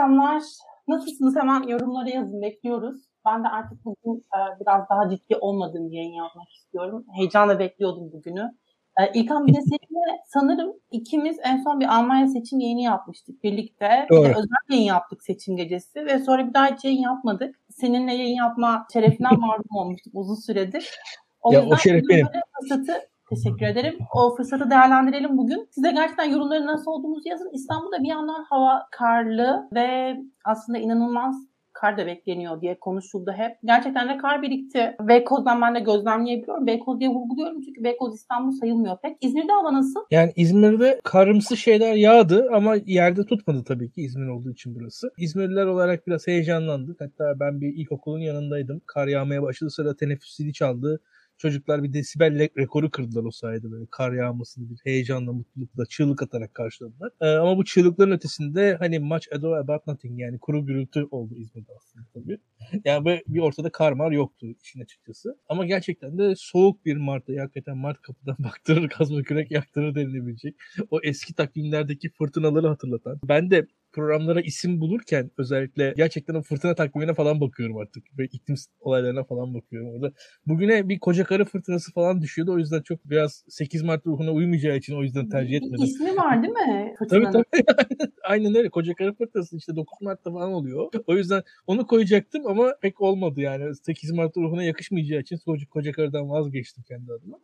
akşamlar. Nasılsınız? Hemen yorumlara yazın. Bekliyoruz. Ben de artık bugün biraz daha ciddi olmadığım bir yayın yapmak istiyorum. Heyecanla bekliyordum bugünü. İlkan, bir de seninle sanırım ikimiz en son bir Almanya seçim yayını yapmıştık birlikte. Bir de Doğru. özel yayın yaptık seçim gecesi ve sonra bir daha hiç yayın yapmadık. Seninle yayın yapma şerefinden mahrum olmuştuk uzun süredir. O yüzden O şeref benim. teşekkür ederim. O fırsatı değerlendirelim bugün. Size gerçekten yorumları nasıl olduğumuzu yazın. İstanbul'da bir yandan hava karlı ve aslında inanılmaz kar da bekleniyor diye konuşuldu hep. Gerçekten de kar birikti. Beykoz'dan ben de gözlemleyebiliyorum. Beykoz diye vurguluyorum çünkü Beykoz İstanbul sayılmıyor pek. İzmir'de hava nasıl? Yani İzmir'de karımsı şeyler yağdı ama yerde tutmadı tabii ki İzmir olduğu için burası. İzmirliler olarak biraz heyecanlandık. Hatta ben bir ilkokulun yanındaydım. Kar yağmaya başladı, sıra teneffüs zili çaldı. Çocuklar bir desibel rekoru kırdılar o sayede, böyle kar yağmasını bir heyecanla, mutlulukla, çığlık atarak karşıladılar. Ama bu çığlıkların ötesinde hani much ado about nothing, yani kuru gürültü oldu İzmir'de aslında tabii. Yani böyle bir ortada kar yoktu işin açıkçası. Ama gerçekten de soğuk bir Mart'ta, hakikaten Mart kapıdan baktırır, kazma kürek yaktırır denilebilecek o eski takvimlerdeki fırtınaları hatırlatan. Ben de programlara isim bulurken özellikle gerçekten o fırtına takvimine falan bakıyorum artık. Ve iklim olaylarına falan bakıyorum orada. Bugüne bir kocakarı fırtınası falan düşüyordu. O yüzden çok biraz 8 Mart ruhuna uymayacağı için o yüzden tercih etmedim. İsmi var değil mi Tabii fırtınanın? Aynen öyle. Kocakarı fırtınası işte 9 Mart'ta falan oluyor. O yüzden onu koyacaktım ama pek olmadı yani. 8 Mart ruhuna yakışmayacağı için Kocakarı'dan vazgeçtim kendi adıma.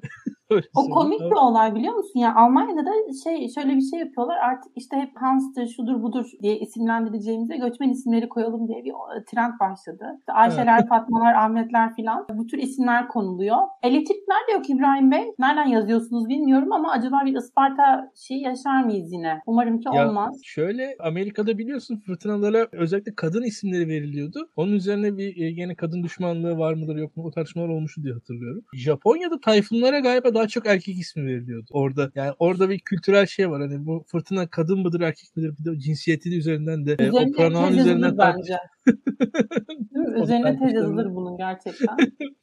O komik bir olay, biliyor musun? Yani Almanya'da da şöyle bir şey yapıyorlar. Artık işte hep Hans'tır, şudur budur diye isimlendireceğimize göçmen isimleri koyalım diye bir trend başladı. İşte Ayşeler, Fatmalar, Ahmetler filan, bu tür isimler konuluyor. Elektrikler de yok İbrahim Bey. Nereden yazıyorsunuz bilmiyorum ama acaba bir Isparta yaşar mıyız yine? Umarım ki olmaz. Şöyle, Amerika'da biliyorsun fırtınalara özellikle kadın isimleri veriliyordu. Onun üzerine bir yine kadın düşmanlığı var mıdır yok mu, o tartışmalar olmuştu diye hatırlıyorum. Japonya'da tayfunlara galiba daha çok erkek ismi veriliyordu. Orada bir kültürel şey var. Hani bu fırtına kadın mıdır erkek midir, bir de cinsiyeti üzerinden de o pronoun üzerinden bence. Üzerine tez yazılır bunun gerçekten.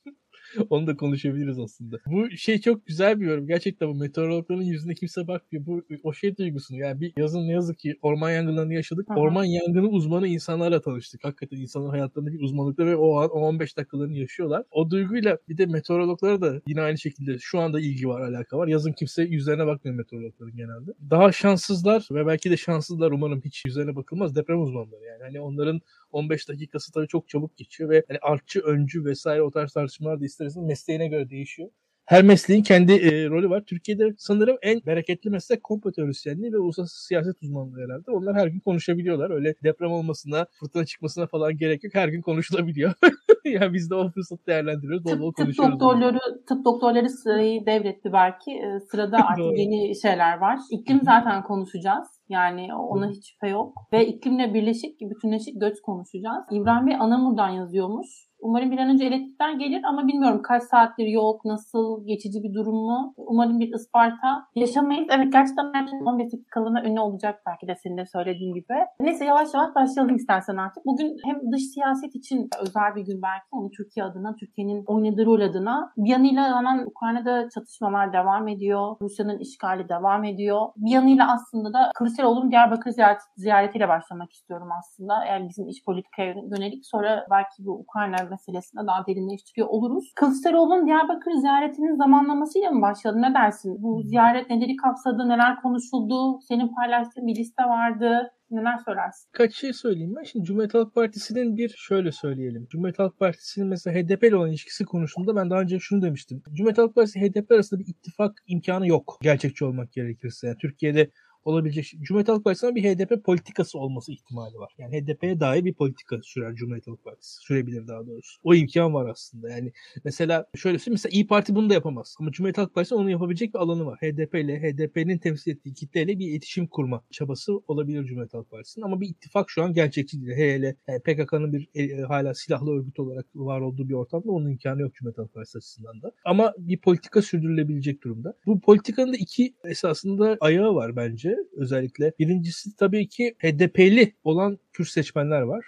Onu da konuşabiliriz aslında. Bu çok güzel bir yorum. Gerçekten bu meteorologların yüzüne kimse bakmıyor. Bu o duygusunu. Yani bir yazın ne yazık ki orman yangınlarını yaşadık. Hı-hı. Orman yangını uzmanı insanlarla tanıştık. Hakikaten insanların hayatlarında bir uzmanlıkta ve o an o 15 dakikalarını yaşıyorlar. O duyguyla bir de meteorologlara da yine aynı şekilde şu anda ilgi var, alaka var. Yazın kimse yüzlerine bakmıyor meteorologların genelde. Daha şanssızlar ve belki de şanssızlar, umarım hiç yüzlerine bakılmaz, deprem uzmanları. Yani hani onların 15 dakikası tabii çok çabuk geçiyor ve hani artçı, öncü vesaire o tarz tartışmalar da istersen mesleğine göre değişiyor. Her mesleğin kendi rolü var. Türkiye'de sanırım en bereketli meslek komplo teorisyenliği ve uluslararası siyaset uzmanlığı herhalde. Onlar her gün konuşabiliyorlar. Öyle deprem olmasına, fırtına çıkmasına falan gerek yok. Her gün konuşulabiliyor. Yani biz de o fırsatı değerlendiriyoruz. Bol bol konuşuyoruz. Tıp doktorları sırayı devretti belki. Sırada artık yeni şeyler var. İklim zaten konuşacağız. Yani ona hiç şüphe yok. Ve iklimle bütünleşik göç konuşacağız. İbrahim Bey Anamur'dan yazıyormuş. Umarım bir an önce elektrikler gelir ama bilmiyorum kaç saattir yok, nasıl, geçici bir durum mu? Umarım bir Isparta yaşamayız. Evet, gerçekten 15 dakikalığına ünlü olacak belki de senin de söylediğin gibi. Neyse, yavaş yavaş başlayalım istersen artık. Bugün hem dış siyaset için özel bir gün belki. Yani Türkiye adına, Türkiye'nin oynadığı rol adına. Bir yanıyla hemen Ukrayna'da çatışmalar devam ediyor. Rusya'nın işgali devam ediyor. Bir yanıyla aslında da Kılıçdaroğlu'nun Diyarbakır ziyaretiyle başlamak istiyorum aslında. Yani bizim iç politikaya yönelik, sonra belki bu Ukrayna meselesinde daha derinleştiriyor oluruz. Kılıçdaroğlu'nun Diyarbakır ziyaretinin zamanlamasıyla mı başladı? Ne dersin? Bu ziyaret neleri kapsadı? Neler konuşuldu? Senin paylaştığın bir liste vardı. Neler söylersin? Kaç şey söyleyeyim ben. Şimdi Cumhuriyet Halk Partisi'nin şöyle söyleyelim. Cumhuriyet Halk Partisi'nin mesela HDP ile olan ilişkisi konusunda ben daha önce şunu demiştim. Cumhuriyet Halk Partisi HDP arasında bir ittifak imkanı yok. Gerçekçi olmak gerekirse. Yani Türkiye'de olabilecek Cumhuriyet Halk Partisi'nin bir HDP politikası olması ihtimali var. Yani HDP'ye dair bir politika sürer Cumhuriyet Halk Partisi. Sürebilir daha doğrusu. O imkan var aslında. Yani mesela şöyle söyleyeyim. Mesela İYİ Parti bunu da yapamaz. Ama Cumhuriyet Halk Partisi'nin onu yapabilecek bir alanı var. HDP ile, HDP'nin temsil ettiği kitleyle bir iletişim kurma çabası olabilir Cumhuriyet Halk Partisi'nin. Ama bir ittifak şu an gerçekçi değil. Hele PKK'nın bir hala silahlı örgüt olarak var olduğu bir ortamda onun imkanı yok Cumhuriyet Halk Partisi açısından da. Ama bir politika sürdürülebilecek durumda. Bu politikanın da iki esasında ayağı var bence. Özellikle birincisi tabii ki HDP'li olan Kürt seçmenler var.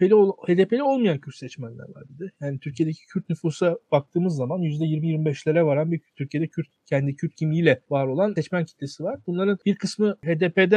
HDP'li olmayan Kürt seçmenler var bir de. Yani Türkiye'deki Kürt nüfusa baktığımız zaman %20-25'lere varan bir Türkiye'de kendi Kürt kimliğiyle var olan seçmen kitlesi var. Bunların bir kısmı HDP'de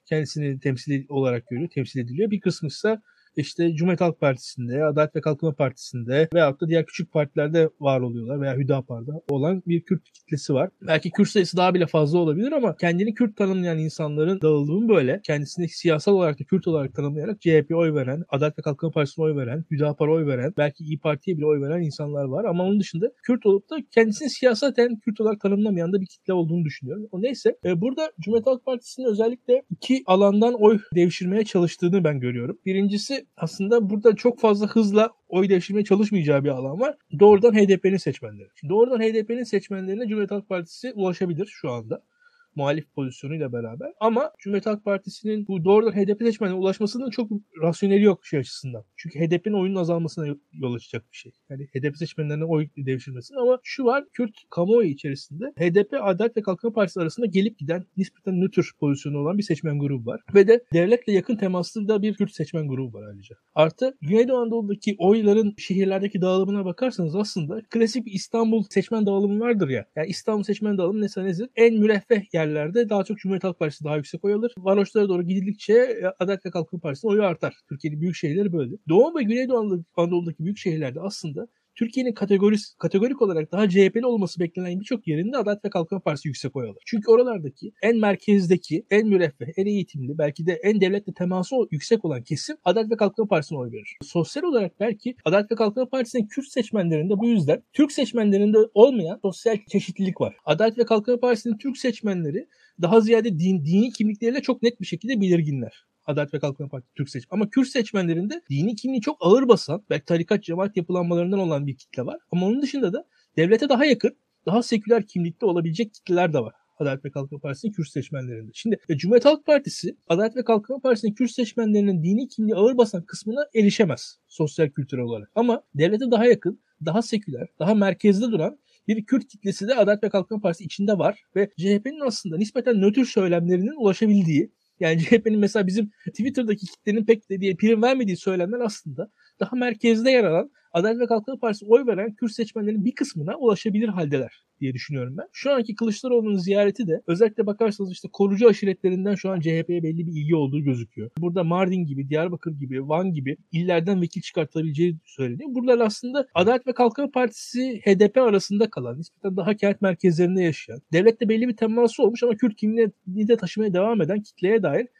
kendisini temsil olarak görüyor, temsil ediliyor. Bir kısmı ise işte Cumhuriyet Halk Partisi'nde, Adalet ve Kalkınma Partisi'nde veyahut da diğer küçük partilerde var oluyorlar veya Hüdapar'da olan bir Kürt kitlesi var. Belki Kürt sayısı daha bile fazla olabilir ama kendini Kürt tanımlayan insanların dağıldığını böyle kendisini siyasal olarak da Kürt olarak tanımlayarak CHP'ye oy veren, Adalet ve Kalkınma Partisi'ne oy veren, Hüdapar'a oy veren, belki İYİ Parti'ye bile oy veren insanlar var. Ama onun dışında Kürt olup da kendisini siyasaten Kürt olarak tanımlamayan da bir kitle olduğunu düşünüyorum. O neyse burada Cumhuriyet Halk Partisi'nin özellikle iki alandan oy devşirmeye çalıştığını ben görüyorum. Birincisi aslında burada çok fazla hızla oy devşirmeye çalışmayacağı bir alan var. Doğrudan HDP'nin seçmenleri. Şimdi doğrudan HDP'nin seçmenlerine Cumhuriyet Halk Partisi ulaşabilir şu anda. Muhalif pozisyonuyla beraber. Ama Cumhuriyet Halk Partisi'nin bu doğrudan HDP seçmenine ulaşmasının çok rasyoneli yok şey açısından. Çünkü HDP'nin oyunun azalmasına yol açacak bir şey. Yani HDP seçmenlerine oy devşirmesine ama şu var Kürt kamuoyu içerisinde HDP Adalet ve Kalkınma Partisi arasında gelip giden nispeten nötr pozisyonu olan bir seçmen grubu var. Ve de devletle yakın temaslı da bir Kürt seçmen grubu var ayrıca. Artı Güneydoğu Anadolu'daki oyların şehirlerdeki dağılımına bakarsanız aslında klasik bir İstanbul seçmen dağılımı vardır ya. Yani İstanbul seçmen dağılımı mesela nedir? En müreffeh yerlerde daha çok Cumhuriyet Halk Partisi daha yüksek oy alır. Varoşlara doğru gidildikçe Adalet ve Kalkınma Partisi'nin oyu artar. Türkiye'nin büyük şehirleri böyle. Doğu ve Güneydoğu Anadolu'daki büyük şehirlerde aslında Türkiye'nin kategorik olarak daha CHP'li olması beklenen birçok yerinde Adalet ve Kalkınma Partisi yüksek oy alır. Çünkü oralardaki en merkezdeki, en müreffeh, en eğitimli, belki de en devletle teması yüksek olan kesim Adalet ve Kalkınma Partisi'ne oy verir. Sosyal olarak belki Adalet ve Kalkınma Partisi'nin Kürt seçmenlerinde bu yüzden Türk seçmenlerinde olmayan sosyal çeşitlilik var. Adalet ve Kalkınma Partisi'nin Türk seçmenleri daha ziyade dini kimlikleriyle çok net bir şekilde belirginler. Adalet ve Kalkınma Partisi Türk seçmen. Ama Kürt seçmenlerinde dini kimliği çok ağır basan, belki tarikat cemaat yapılanmalarından olan bir kitle var. Ama onun dışında da devlete daha yakın, daha seküler kimlikte olabilecek kitleler de var. Adalet ve Kalkınma Partisi'nin Kürt seçmenlerinde. Şimdi Cumhuriyet Halk Partisi, Adalet ve Kalkınma Partisi'nin Kürt seçmenlerinin dini kimliği ağır basan kısmına erişemez sosyal kültürel olarak. Ama devlete daha yakın, daha seküler, daha merkezde duran bir Kürt kitlesi de Adalet ve Kalkınma Partisi içinde var ve CHP'nin aslında nispeten nötr söylemlerinin ulaşabildiği, yani CHP'nin mesela bizim Twitter'daki kitlenin pek de diye prim vermediği söylemler aslında daha merkezde yer alan Adalet ve Kalkınma Partisi'ne oy veren Kürt seçmenlerin bir kısmına ulaşabilir haldeler diye düşünüyorum ben. Şu anki Kılıçdaroğlu'nun ziyareti de özellikle bakarsanız işte korucu aşiretlerinden şu an CHP'ye belli bir ilgi olduğu gözüküyor. Burada Mardin gibi, Diyarbakır gibi, Van gibi illerden vekil çıkartılabileceği söyleniyor. Buralar aslında Adalet ve Kalkınma Partisi HDP arasında kalan, nispeten daha kent merkezlerinde yaşayan, devlette belli bir teması olmuş ama Kürt kimliğini de taşımaya devam eden kitleye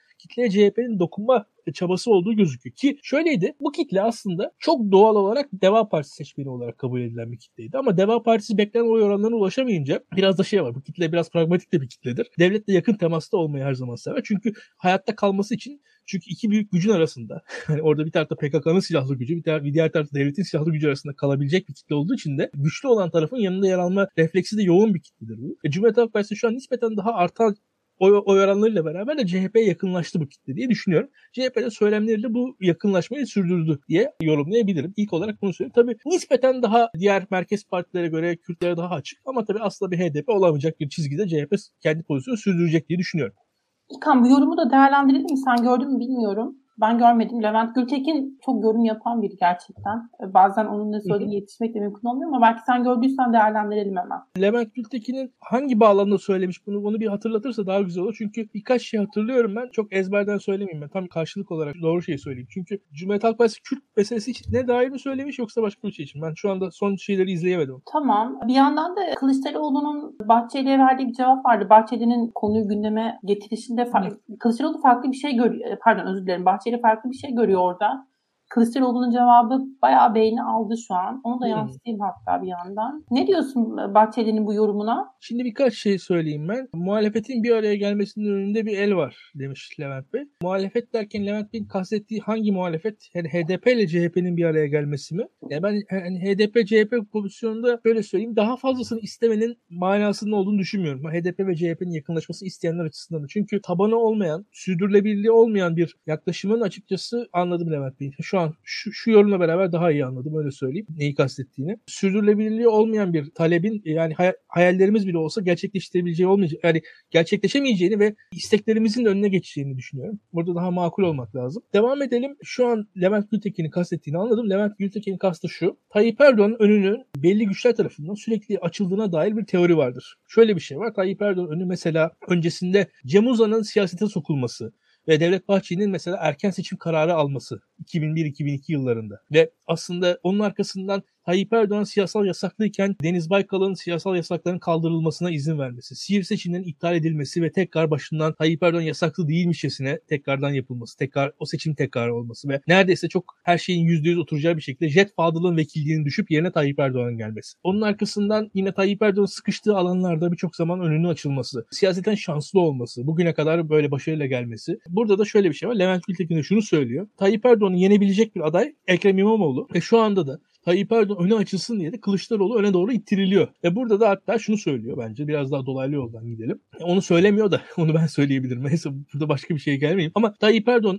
CHP'nin dokunma çabası olduğu gözüküyor. Ki şöyleydi, bu kitle aslında çok doğal olarak Deva Partisi seçmeni olarak kabul edilen bir kitleydi. Ama Deva Partisi beklenen oy oranlarına ulaşamayınca biraz da şey var, bu kitle biraz pragmatik de bir kitledir. Devletle yakın temasta olmayı her zaman sever. Çünkü hayatta kalması için iki büyük gücün arasında, hani orada bir tarafta PKK'nın silahlı gücü, bir diğer tarafta devletin silahlı gücü arasında kalabilecek bir kitle olduğu için de güçlü olan tarafın yanında yer alma refleksi de yoğun bir kitledir bu. Cumhuriyet Halk Partisi şu an nispeten daha artan oy oranlarıyla beraber de CHP'ye yakınlaştı bu kitle diye düşünüyorum. CHP'de söylemleriyle bu yakınlaşmayı sürdürdü diye yorumlayabilirim. İlk olarak bunu söyleyeyim. Tabii nispeten daha diğer merkez partilere göre Kürtlere daha açık ama tabii aslında bir HDP olamayacak bir çizgide CHP kendi pozisyonu sürdürecek diye düşünüyorum. İlkan, bu yorumu da değerlendirelim. Sen gördün mü bilmiyorum. Ben görmedim. Levent Gültekin çok yorum yapan biri gerçekten. Bazen onun ne söylediğini yetişmek de mümkün olmuyor ama belki sen gördüysen değerlendirelim hemen. Levent Gültekin'in hangi bağlamda söylemiş bunu bir hatırlatırsa daha güzel olur. Çünkü birkaç şey hatırlıyorum ben. Çok ezberden söylemeyeyim ben. Tam karşılık olarak doğru şeyi söyleyeyim. Çünkü Cumhuriyet Halk Partisi Kürt meselesi için ne dair mi söylemiş yoksa başka bir şey için? Ben şu anda son şeyleri izleyemedim. Tamam. Bir yandan da Kılıçdaroğlu'nun Bahçeli'ye verdiği bir cevap vardı. Bahçeli'nin konuyu gündeme getirişinde Kılıçdaroğlu farklı bir şey görüyor. Pardon, özür dilerim. Bahçeli farklı bir şey görüyor orada. Kılıçdaroğlu'nun cevabı bayağı beğeni aldı şu an. Onu da yansıtayım hatta bir yandan. Ne diyorsun Bahçeli'nin bu yorumuna? Şimdi birkaç şey söyleyeyim ben. Muhalefetin bir araya gelmesinin önünde bir el var demiş Levent Bey. Muhalefet derken Levent Bey'in kastettiği hangi muhalefet? Yani HDP ile CHP'nin bir araya gelmesi mi? Yani ben HDP-CHP pozisyonunda böyle söyleyeyim. Daha fazlasını istemenin manasının olduğunu düşünmüyorum. HDP ve CHP'nin yakınlaşması isteyenler açısından da. Çünkü tabanı olmayan, sürdürülebilirliği olmayan bir yaklaşımın açıkçası anladım Levent Bey'in. Şu an şu yorumla beraber daha iyi anladım, öyle söyleyeyim neyi kastettiğini. Sürdürülebilirliği olmayan bir talebin yani hayallerimiz bile olsa gerçekleştirebileceği olmayacak, yani gerçekleşemeyeceğini ve isteklerimizin de önüne geçeceğini düşünüyorum. Burada daha makul olmak lazım. Devam edelim. Şu an Levent Gültekin'in kastettiğini anladım. Levent Gültekin'in kastı şu: Tayyip Erdoğan'ın önünün belli güçler tarafından sürekli açıldığına dair bir teori vardır. Şöyle bir şey var. Tayyip Erdoğan'ın önü mesela öncesinde Cem Uzan'ın siyasete sokulması, Ve Devlet Bahçeli'nin mesela erken seçim kararı alması 2001-2002 yıllarında ve aslında onun arkasından Tayyip Erdoğan siyasal yasaklıyken Deniz Baykal'ın siyasal yasakların kaldırılmasına izin vermesi, Siirt seçimlerinin iptal edilmesi ve tekrar başından Tayyip Erdoğan yasaklı değilmişçesine tekrardan yapılması, tekrar o seçim tekrarı olması ve neredeyse çok her şeyin %100 oturacağı bir şekilde Jet Fadıl'ın vekilliğinin düşüp yerine Tayyip Erdoğan'ın gelmesi. Onun arkasından yine Tayyip Erdoğan'ın sıkıştığı alanlarda birçok zaman önünün açılması, siyaseten şanslı olması, bugüne kadar böyle başarıyla gelmesi. Burada da şöyle bir şey var. Levent Gültekin de şunu söylüyor. Tayyip Erdoğan'ı yenebilecek bir aday Ekrem İmamoğlu ve şu anda da Tayyip Erdoğan öne açılsın diye de Kılıçdaroğlu öne doğru ittiriliyor. Ve burada da hatta şunu söylüyor bence. Biraz daha dolaylı yoldan gidelim. Onu söylemiyor da onu ben söyleyebilirim. Neyse burada başka bir şeye gelmeyeyim. Ama Tayyip Erdoğan'ın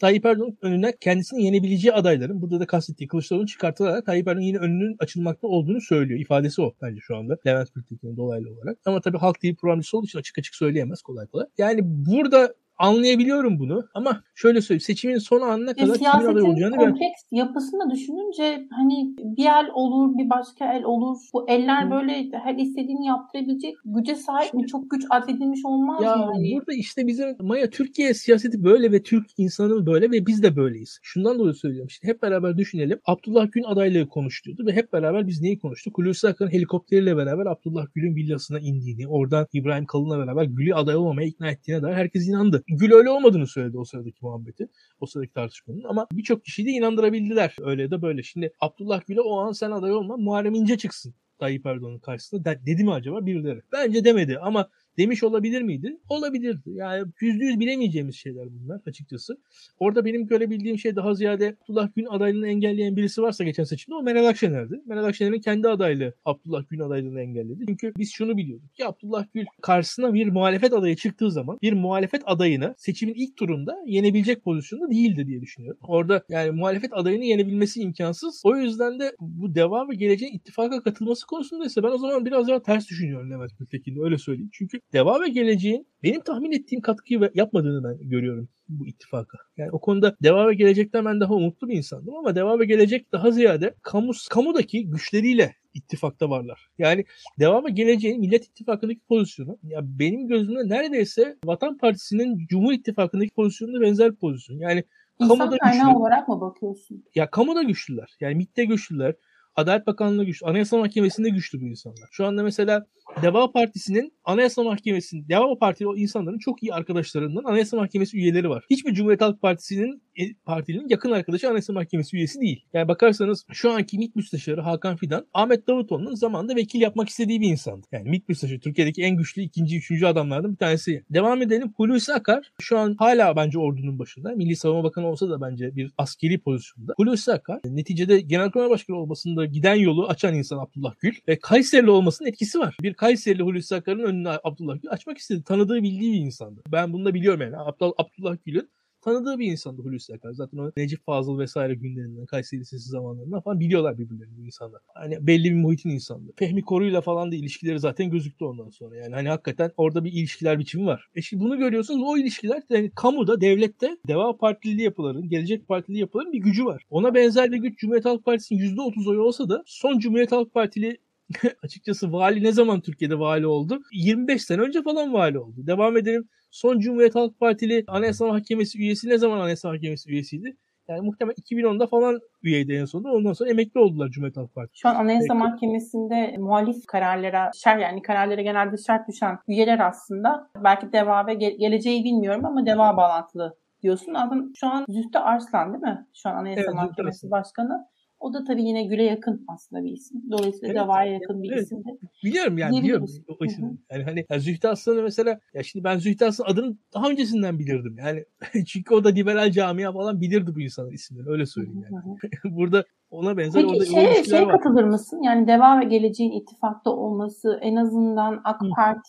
önüne kendisini yenebileceği adayların, burada da kastettiği Kılıçdaroğlu'nu çıkartılarak Tayyip Erdoğan'ın yine önünün açılmakta olduğunu söylüyor. İfadesi o bence şu anda. Levent Gültekin'in dolaylı olarak. Ama tabii Halk TV programcısı olduğu için açık açık söyleyemez kolay kolay. Yani burada anlayabiliyorum bunu ama şöyle söyleyeyim, seçimin son anına kadar kimin aday olacağını kompleks yapısını düşününce hani bir el olur, bir başka el olur. Bu eller böyle her istediğini yaptırabilecek güce sahip mi? Çok güç atfedilmiş olmaz ya mı? Hani? Burada işte bizim Maya Türkiye siyaseti böyle ve Türk insanı böyle ve biz de böyleyiz. Şundan dolayı söylüyorum. Şimdi hep beraber düşünelim. Abdullah Gül adaylığı konuşuluyordu ve hep beraber biz neyi konuştuk? Hulusi Akar'ın helikopteriyle beraber Abdullah Gül'ün villasına indiğini, oradan İbrahim Kalın'la beraber Gül'ü aday olmamaya ikna ettiğine dair herkes inandı. Gül öyle olmadığını söyledi o sıradaki muhabbetin, o sıradaki tartışmanın ama birçok kişiyi de inandırabildiler. Öyle ya da böyle. Şimdi Abdullah Gül'e o an sen aday olma, Muharrem İnce çıksın Tayyip Erdoğan'ın karşısında dedi mi acaba birileri? Bence demedi ama demiş olabilir miydi? Olabilirdi. Yani %100 bilemeyeceğimiz şeyler bunlar açıkçası. Orada benim görebildiğim şey daha ziyade Abdullah Gül adaylığını engelleyen birisi varsa geçen seçimde o Meral Akşener'di. Meral Akşener'in kendi adaylığı Abdullah Gül adaylığını engelledi. Çünkü biz şunu biliyorduk ki Abdullah Gül karşısına bir muhalefet adayı çıktığı zaman bir muhalefet adayını seçimin ilk turunda yenebilecek pozisyonda değildi diye düşünüyorum. Orada yani muhalefet adayını yenebilmesi imkansız. O yüzden de bu Deva ve Geleceğin ittifaka katılması konusunda ise ben o zaman biraz daha ters düşünüyorum Levent Gültekin'de, öyle söyleyeyim. Çünkü Deva ve Geleceğin benim tahmin ettiğim katkıyı yapmadığını ben görüyorum bu ittifaka. Yani o konuda Deva ve Gelecek'ten ben daha umutlu bir insandım ama Deva ve Gelecek daha ziyade kamudaki güçleriyle ittifakta varlar. Yani Deva ve Geleceğin Millet İttifakı'ndaki pozisyonu ya benim gözümde neredeyse Vatan Partisi'nin Cumhur İttifakı'ndaki pozisyonuna benzer bir pozisyon. Yani İnsan kaynağı olarak mı bakıyorsun? Ya kamuda güçlüler. Yani MİT'te güçlüler. Adalet Bakanlığı'nda güçlü. Anayasa Mahkemesi'nde güçlü bu insanlar. Şu anda mesela Deva Partisi'nin Anayasa Mahkemesi'nin, Deva Partili o insanların çok iyi arkadaşlarından Anayasa Mahkemesi üyeleri var. Hiçbir Cumhuriyet Halk Partisi'nin yakın arkadaşı Anayasa Mahkemesi üyesi değil. Yani bakarsanız şu anki MİT Müsteşarı Hakan Fidan, Ahmet Davutoğlu'nun zamanında vekil yapmak istediği bir insandı. Yani MİT Müsteşarı Türkiye'deki en güçlü ikinci, üçüncü adamlardan bir tanesi. Devam edelim. Hulusi Akar şu an hala bence ordunun başında. Milli Savunma Bakanı olsa da bence bir askeri pozisyonda. Hulusi Akar neticede Genelkurmay Başkanı olmasında giden yolu açan insan Abdullah Gül ve Kayserili olmasının etkisi var. Bir Kayserili Hulusi Akar'ın önüne Abdullah Gül açmak istedi. Tanıdığı, bildiği bir insandı. Ben bunu da biliyorum yani. Abdullah Gül'ün tanıdığı bir insandı Hulusi Akar. Zaten o Necip Fazıl vesaire günlerinden, Kayseri Lisesi zamanlarından falan biliyorlar birbirlerini bu insanlar. Hani belli bir muhitin insandı. Fehmi Koru'yla falan da ilişkileri zaten gözüktü ondan sonra. Yani hani hakikaten orada bir ilişkiler biçimi var. Şimdi bunu görüyorsunuz. O ilişkiler yani kamuda, devlette Deva Partili yapıların, Gelecek Partili yapıların bir gücü var. Ona benzer bir güç Cumhuriyet Halk Partisi'nin %30 oyu olsa da son Cumhuriyet Halk Partili açıkçası vali ne zaman Türkiye'de vali oldu? 25 sene önce falan vali oldu. Devam edelim. Son Cumhuriyet Halk Partili Anayasa Mahkemesi üyesi ne zaman Anayasa Mahkemesi üyesiydi? Yani muhtemelen 2010'da falan üyeydi en sonunda. Ondan sonra emekli oldular Cumhuriyet Halk Partisi. Şu an Anayasa Mahkemesi'nde muhalif kararlara yani kararlara genelde şart düşen üyeler aslında belki Deva ve Geleceği bilmiyorum ama Deva bağlantılı diyorsun. Aslında şu an Zühtü Arslan değil mi? Şu an Anayasa Mahkemesi Başkanı. O da tabii yine Gül'e yakın aslında bir isim. Dolayısıyla Deva'ya yakın bir isim de. Biliyorum yani biliyorum o ismi. Yani hani Zühtü Aslan'ı mesela ya şimdi ben Zühtü Aslan adını daha öncesinden bilirdim. Yani çünkü o da liberal camia falan bilirdi bu insanın isimlerini. Öyle söyleyeyim yani. Burada ona benzer peki, orada ilişkiler var. katılır mısın? Yani Deva ve Geleceğin ittifakta olması en azından AK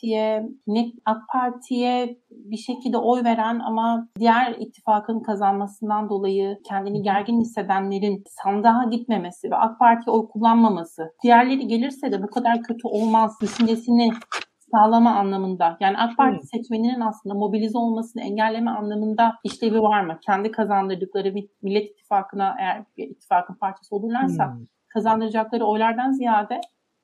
Parti'ye bir şekilde oy veren ama diğer ittifakın kazanmasından dolayı kendini gergin hissedenlerin sandığa gitmemesi ve AK Parti'ye oy kullanmaması, diğerleri gelirse de bu kadar kötü olmaz düşüncesini sağlama anlamında. Yani AK Parti seçmeninin aslında mobilize olmasını engelleme anlamında işlevi var mı? Kendi kazandırdıkları bir Millet İttifakı'na eğer bir ittifakın parçası olurlarsa kazandıracakları oylardan ziyade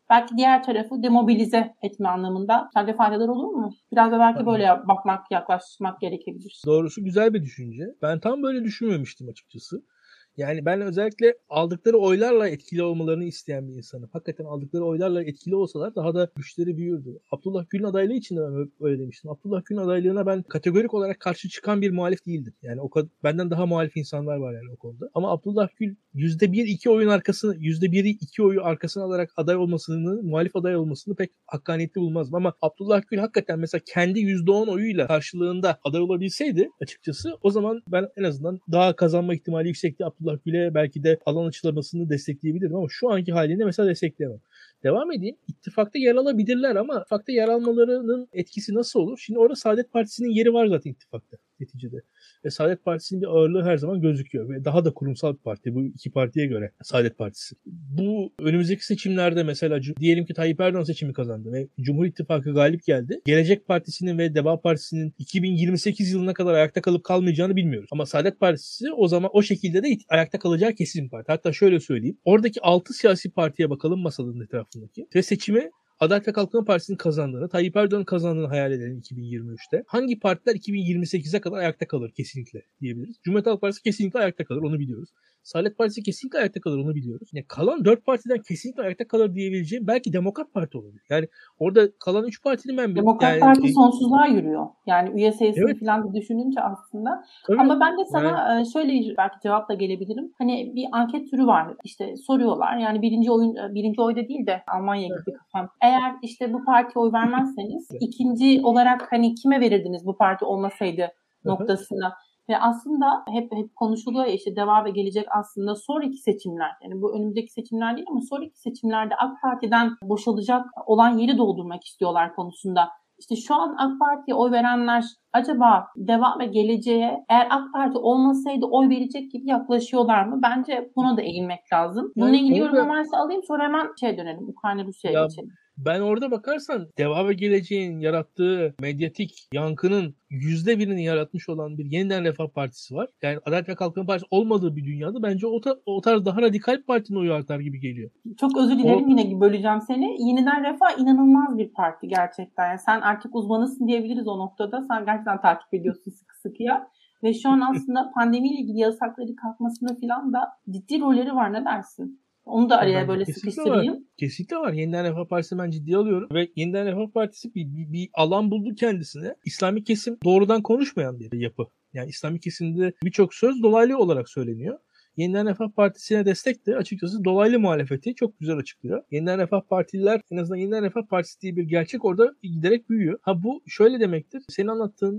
belki diğer tarafı demobilize etme anlamında sence faydalar olur mu? Biraz da belki böyle yaklaşmak gerekebilir. Doğrusu güzel bir düşünce. Ben tam böyle düşünmemiştim açıkçası. Yani ben özellikle aldıkları oylarla etkili olmalarını isteyen bir insanım. Hakikaten aldıkları oylarla etkili olsalar daha da güçleri büyürdü. Abdullah Gül'ün adaylığı için de ben öyle demiştim. Abdullah Gül'ün adaylığına ben kategorik olarak karşı çıkan bir muhalif değildim. Yani o kadar, benden daha muhalif insanlar var yani o konuda. Ama Abdullah Gül %1-2 oyun arkasını, %1-2 oyu arkasına alarak aday olmasını, muhalif aday olmasını pek hakkaniyetli bulmazdım. Ama Abdullah Gül hakikaten mesela kendi %10 oyuyla karşılığında aday olabilseydi açıkçası o zaman ben en azından daha kazanma ihtimali yüksekti. Abdullah Gül'e belki de alan açılmasını destekleyebilirdim ama şu anki halinde mesela destekleyemem. Devam edeyim. İttifakta yer alabilirler ama ittifakta yer almalarının etkisi nasıl olur? Şimdi orada Saadet Partisi'nin yeri var zaten ittifakta neticede. Ve Saadet Partisi'nin bir ağırlığı her zaman gözüküyor. Ve daha da kurumsal bir parti bu iki partiye göre Saadet Partisi. Bu önümüzdeki seçimlerde mesela diyelim ki Tayyip Erdoğan seçimi kazandı ve Cumhur İttifakı galip geldi. Gelecek Partisi'nin ve Deva Partisi'nin 2028 yılına kadar ayakta kalıp kalmayacağını bilmiyoruz. Ama Saadet Partisi o zaman o şekilde de ayakta kalacağı kesin bir parti. Hatta şöyle söyleyeyim. Oradaki 6 siyasi partiye bakalım masanın etrafındaki. Ve seçimi Adalet ve Kalkınma Partisi'nin kazandığını, Tayyip Erdoğan'ın kazandığını hayal edelim 2023'te. Hangi partiler 2028'e kadar ayakta kalır kesinlikle diyebiliriz. Cumhuriyet Halk Partisi kesinlikle ayakta kalır, onu biliyoruz. Saadet Partisi kesinlikle ayakta kalır, onu biliyoruz. Yani kalan 4 partiden kesinlikle ayakta kalır diyebileceğim belki Demokrat Parti olabilir. Yani orada kalan 3 partinin ben Demokrat Parti sonsuzluğa yürüyor. Yani üye sayısını evet, falan düşününce aslında. tabii, ama ben de sana şöyle belki cevapla gelebilirim. Hani bir anket türü var. İşte soruyorlar. Yani birinci oyda değil de Almanya gibi kafam. Eğer işte bu partiye oy vermezseniz ikinci olarak hani kime verirdiniz bu parti olmasaydı noktasına. Ve aslında hep konuşuluyor ya işte Deva ve Gelecek aslında sonraki seçimler, yani bu önümüzdeki seçimler değil ama sonraki seçimlerde AK Parti'den boşalacak olan yeri doldurmak istiyorlar konusunda. İşte şu an AK Parti'ye oy verenler acaba Deva ve Geleceğe eğer AK Parti olmasaydı oy verecek gibi yaklaşıyorlar mı? Bence buna da eğilmek lazım. Bununla ilgili yorum varsa alayım, sonra hemen dönelim. Ukrayna-Rusya'ya geçelim. Ben orada bakarsan Deva ve Geleceğin yarattığı medyatik yankının %1'ini yaratmış olan bir Yeniden Refah Partisi var. Yani Adalet ve Kalkınma Partisi olmadığı bir dünyada bence o tarz daha radikal partinin oyu artar gibi geliyor. Çok özür dilerim, yine böleceğim seni. Yeniden Refah inanılmaz bir parti gerçekten. Yani sen artık uzmanısın diyebiliriz o noktada. Sen gerçekten takip ediyorsun sıkı sıkıya. Ve şu an aslında pandemiyle ilgili yasakları kalkmasında falan da ciddi rolleri var. Ne dersin? Onu da araya böyle sıkıştırayım. Var. Kesinlikle var. Yeniden Refah Partisi ben ciddiye alıyorum. Ve Yeniden Refah Partisi bir alan buldu kendisine. İslami kesim doğrudan konuşmayan bir yapı. Yani İslami kesimde birçok söz dolaylı olarak söyleniyor. Yeniden Refah Partisi'ne destek de açıkçası dolaylı muhalefeti çok güzel açıklıyor. Yeniden Refah Partililer, en azından Yeniden Refah Partisi diye bir gerçek orada giderek büyüyor. Bu şöyle demektir. Senin anlattığın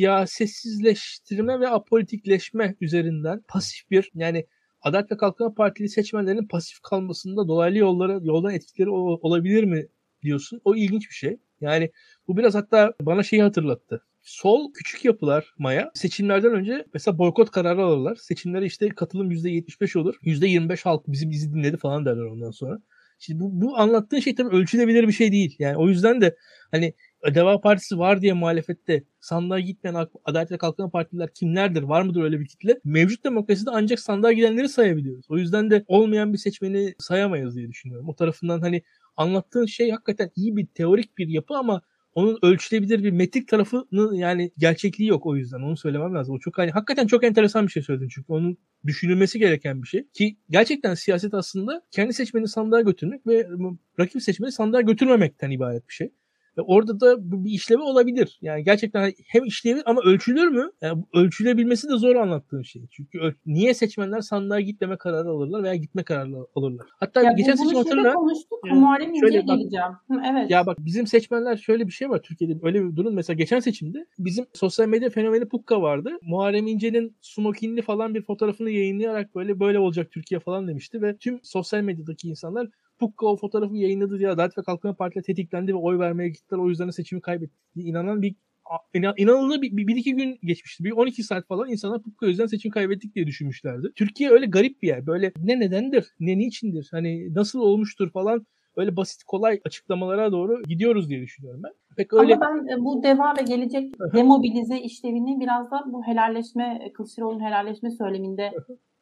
siyasetsizleştirme ve apolitikleşme üzerinden pasif bir, yani Adalet ve Kalkınma Partili seçmenlerin pasif kalmasında dolaylı yoldan etkileri olabilir mi diyorsun. O ilginç bir şey. Yani bu biraz hatta bana şeyi hatırlattı. Sol küçük yapılar Maya seçimlerden önce mesela boykot kararı alırlar. Seçimlere işte katılım %75 olur. %25 halk bizi dinledi falan derler ondan sonra. Şimdi bu anlattığın şey tabii ölçülebilir bir şey değil. Yani o yüzden de hani Deva Partisi var diye muhalefette sandığa gitmeyen Adalet ve Kalkınma Partililer kimlerdir? Var mıdır öyle bir kitle? Mevcut demokraside ancak sandığa gidenleri sayabiliyoruz. O yüzden de olmayan bir seçmeni sayamayız diye düşünüyorum. O tarafından hani anlattığın şey hakikaten iyi bir teorik bir yapı ama onun ölçülebilir bir metrik tarafının yani gerçekliği yok, o yüzden onu söylemem lazım. O çok hakikaten çok enteresan bir şey söyledin çünkü onun düşünülmesi gereken bir şey ki gerçekten siyaset aslında kendi seçmeni sandığa götürmek ve rakip seçmeni sandığa götürmemekten ibaret bir şey. Ve orada da bir işlevi olabilir. Yani gerçekten hem işlevi ama ölçülür mü? Yani ölçülebilmesi de zor anlattığın şey. Çünkü niye seçmenler sandığa gitmeme kararı alırlar veya gitme kararı alırlar? Hatta ya geçen seçim hatırla. Konuştuk. Muharrem İnce'ye geleceğim. Evet. Ya bak bizim seçmenler şöyle bir şey var Türkiye'de, öyle bir durum. Mesela geçen seçimde bizim sosyal medya fenomeni Pukka vardı. Muharrem İnce'nin smokinli falan bir fotoğrafını yayınlayarak böyle olacak Türkiye falan demişti ve tüm sosyal medyadaki insanlar Pukka o fotoğrafı yayınladı diye Adalet ve Kalkınma Partisi tetiklendi ve oy vermeye gittiler. O yüzden seçimi kaybetti diye inanan inanılır bir iki gün geçmişti. Bir 12 saat falan insanlar Pukka yüzden seçim kaybettik diye düşünmüşlerdi. Türkiye öyle garip bir yer. Böyle ne nedendir, ne niçindir, hani nasıl olmuştur falan, öyle basit kolay açıklamalara doğru gidiyoruz diye düşünüyorum ben. Pek öyle... Ama ben bu Deva ve Gelecek demobilize işlevini biraz da bu helalleşme, Kılıçdaroğlu'nun helalleşme söyleminde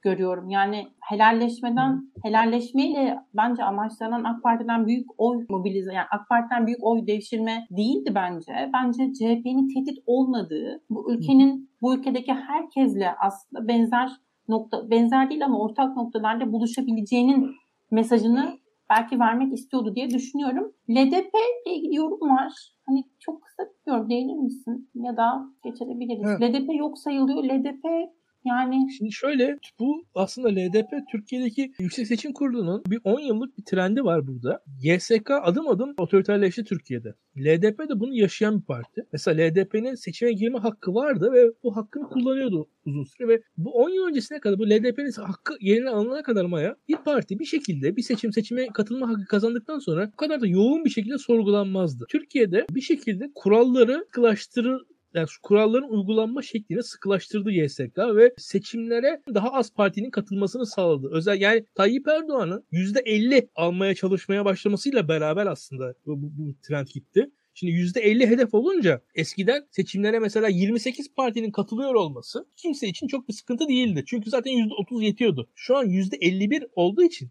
görüyorum. Yani helalleşmeyle bence amaçlanan AK Parti'den büyük oy yani AK Parti'den büyük oy devşirme değildi bence. Bence CHP'nin tehdit olmadığı, bu ülkedeki herkesle aslında benzer değil ama ortak noktalarda buluşabileceğinin mesajını belki vermek istiyordu diye düşünüyorum. LDP ile ilgili yorum var. Hani çok kısa bir değinir misin? Ya da geçebiliriz. Evet. LDP yok sayılıyor. LDP yani... Şimdi şöyle, bu aslında LDP Türkiye'deki Yüksek Seçim Kurulu'nun bir 10 yıllık bir trendi var burada. YSK adım adım otoriterleşti Türkiye'de. LDP de bunu yaşayan bir parti. Mesela LDP'nin seçime girme hakkı vardı ve bu hakkını kullanıyordu uzun süre ve bu 10 yıl öncesine kadar bu LDP'nin hakkı yerine alınana kadar Maya bir parti bir şekilde bir seçime katılma hakkı kazandıktan sonra bu kadar da yoğun bir şekilde sorgulanmazdı. Türkiye'de bir şekilde kuralların uygulanma şeklini sıkılaştırdı YSK ve seçimlere daha az partinin katılmasını sağladı. Yani Tayyip Erdoğan'ın %50 almaya çalışmaya başlamasıyla beraber aslında bu trend gitti. Şimdi %50 hedef olunca eskiden seçimlere mesela 28 partinin katılıyor olması kimse için çok bir sıkıntı değildi. Çünkü zaten %30 yetiyordu. Şu an %51 olduğu için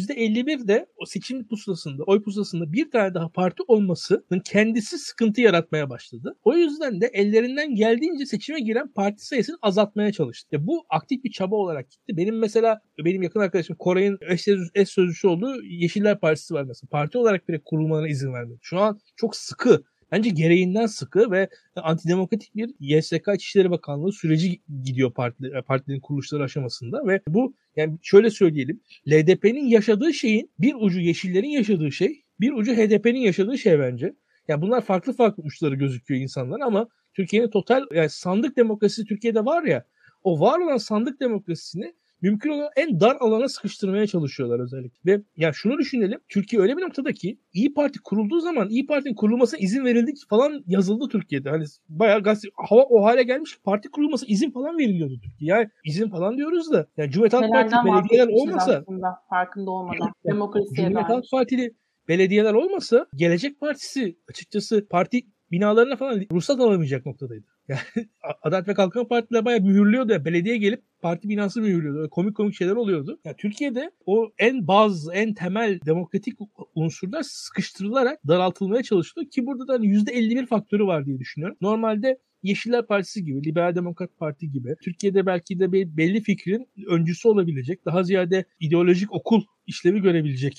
%51 de o seçim pusulasında, oy pusulasında bir tane daha parti olmasının kendisi sıkıntı yaratmaya başladı. O yüzden de ellerinden geldiğince seçime giren parti sayısını azaltmaya çalıştı. Bu aktif bir çaba olarak gitti. Benim yakın arkadaşım Koray'ın eş sözcüsü olduğu Yeşiller Partisi var mesela. Parti olarak bile kurulmalarına izin vermedi. Şu an çok sıkı. Bence gereğinden sıkı ve antidemokratik bir YSK İçişleri Bakanlığı süreci gidiyor partilerin kuruluşları aşamasında ve bu yani şöyle söyleyelim, LDP'nin yaşadığı şeyin bir ucu Yeşillerin yaşadığı şey, bir ucu HDP'nin yaşadığı şey bence. Yani bunlar farklı uçları gözüküyor insanlar ama Türkiye'nin total yani sandık demokrasisi Türkiye'de var ya, o var olan sandık demokrasisini mümkün olan en dar alana sıkıştırmaya çalışıyorlar özellikle. Ve ya şunu düşünelim. Türkiye öyle bir noktada ki İYİ Parti kurulduğu zaman İYİ Parti'nin kurulmasına izin verildi falan yazıldı Türkiye'de. Hani bayağı hava o hale gelmiş ki parti kurulması izin falan veriliyordu Türkiye. Yani izin falan diyoruz da yani Cumhuriyet Halk Partisi belediyeler olmasa aslında, farkında olmadan demokrasiye Cumhuriyet Halk Partili belediyeler olmasa Gelecek Partisi açıkçası parti binalarına falan ruhsat alamayacak noktadaydı. Yani Adalet ve Kalkınma Partiler bayağı mühürlüyordu. Yani belediye gelip parti binası mühürlüyordu. Komik şeyler oluyordu. Yani Türkiye'de o en temel demokratik unsurlar sıkıştırılarak daraltılmaya çalışılıyor ki burada da %51 faktörü var diye düşünüyorum. Normalde Yeşiller Partisi gibi, Liberal Demokrat Parti gibi Türkiye'de belki de belli fikrin öncüsü olabilecek, daha ziyade ideolojik okul işlevi görebilecek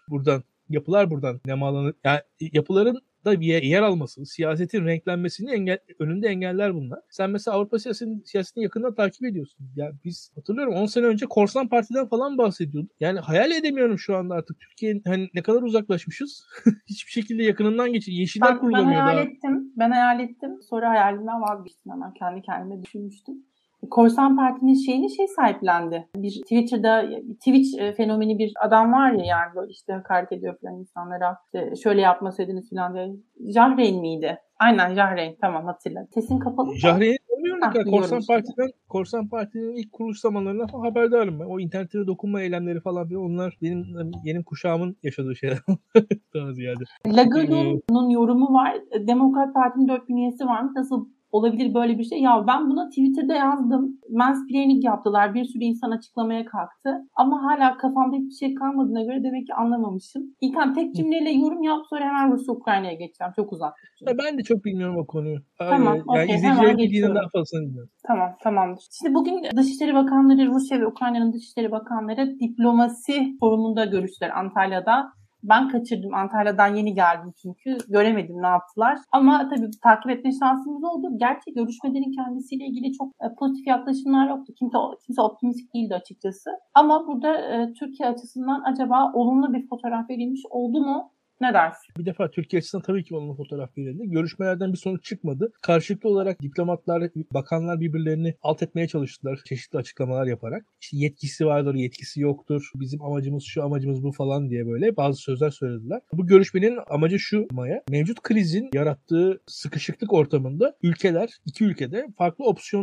yapılar buradan nemalanır. Yani yapıların da bir yer alması, siyasetin renklenmesinin önünde engeller bunlar. Sen mesela Avrupa siyasetini yakından takip ediyorsun. Yani biz hatırlıyorum 10 sene önce Korsan Parti'den falan bahsediyorduk. Yani hayal edemiyorum şu anda artık Türkiye'nin hani ne kadar uzaklaşmışız. Hiçbir şekilde yakınından geçiyor. Yeşiller kurulamıyor daha. Ben hayal ettim. Sonra hayalimden vazgeçtim hemen. Kendi kendime düşünmüştüm. Korsan Parti'nin sahiplendi. Bir Twitter'da Twitch fenomeni bir adam var ya yani böyle işte hakaret ediyor falan insanlara. İşte şöyle yapmasaydınız falan diye. Jahreyn miydi? Aynen Jahreyn. Tamam hatırladım. Sesin kapalı. Jahreyn'i tanıyorum. Korsan Parti'nin ilk kuruluş zamanlarından falan haberdarım ben. O internete dokunma eylemleri falan onlar benim kuşağımın yaşadığı şeyler. Daha ziyade. Lagalo'nun yorumu var. Demokrat Parti'nin 4000 üyesi varmış. Nasıl olabilir böyle bir şey? Ya ben buna Twitter'da yazdım. Mansplaining yaptılar. Bir sürü insan açıklamaya kalktı. Ama hala kafamda hiçbir şey kalmadığına göre demek ki anlamamışım. İlkan tek cümleyle yorum yap sonra hemen Rusya-Ukrayna'ya geçeceğim. Çok uzak. Ben de çok bilmiyorum o konuyu. Tamam. Yani izleyicilerin bildiğinden daha fazlasını bilmiyorum. Tamamdır. Şimdi bugün Dışişleri Bakanları, Rusya ve Ukrayna'nın Dışişleri Bakanları diplomasi forumunda görüştüler Antalya'da. Ben kaçırdım. Antalya'dan yeni geldim çünkü. Göremedim ne yaptılar. Ama tabii takip etme şansımız oldu. Gerçi görüşmelerin kendisiyle ilgili çok pozitif yaklaşımlar yoktu. Kimse optimistik değildi açıkçası. Ama burada Türkiye açısından acaba olumlu bir fotoğraf verilmiş oldu mu? Ne dersin? Bir defa Türkiye açısından tabii ki olumlu fotoğraf verildi. Görüşmelerden bir sonuç çıkmadı. Karşılıklı olarak diplomatlar, bakanlar birbirlerini alt etmeye çalıştılar. Çeşitli açıklamalar yaparak. İşte yetkisi vardır, yetkisi yoktur. Bizim amacımız şu, amacımız bu falan diye böyle bazı sözler söylediler. Bu görüşmenin amacı şu Maya. Mevcut krizin yarattığı sıkışıklık ortamında iki ülkede farklı opsiyonları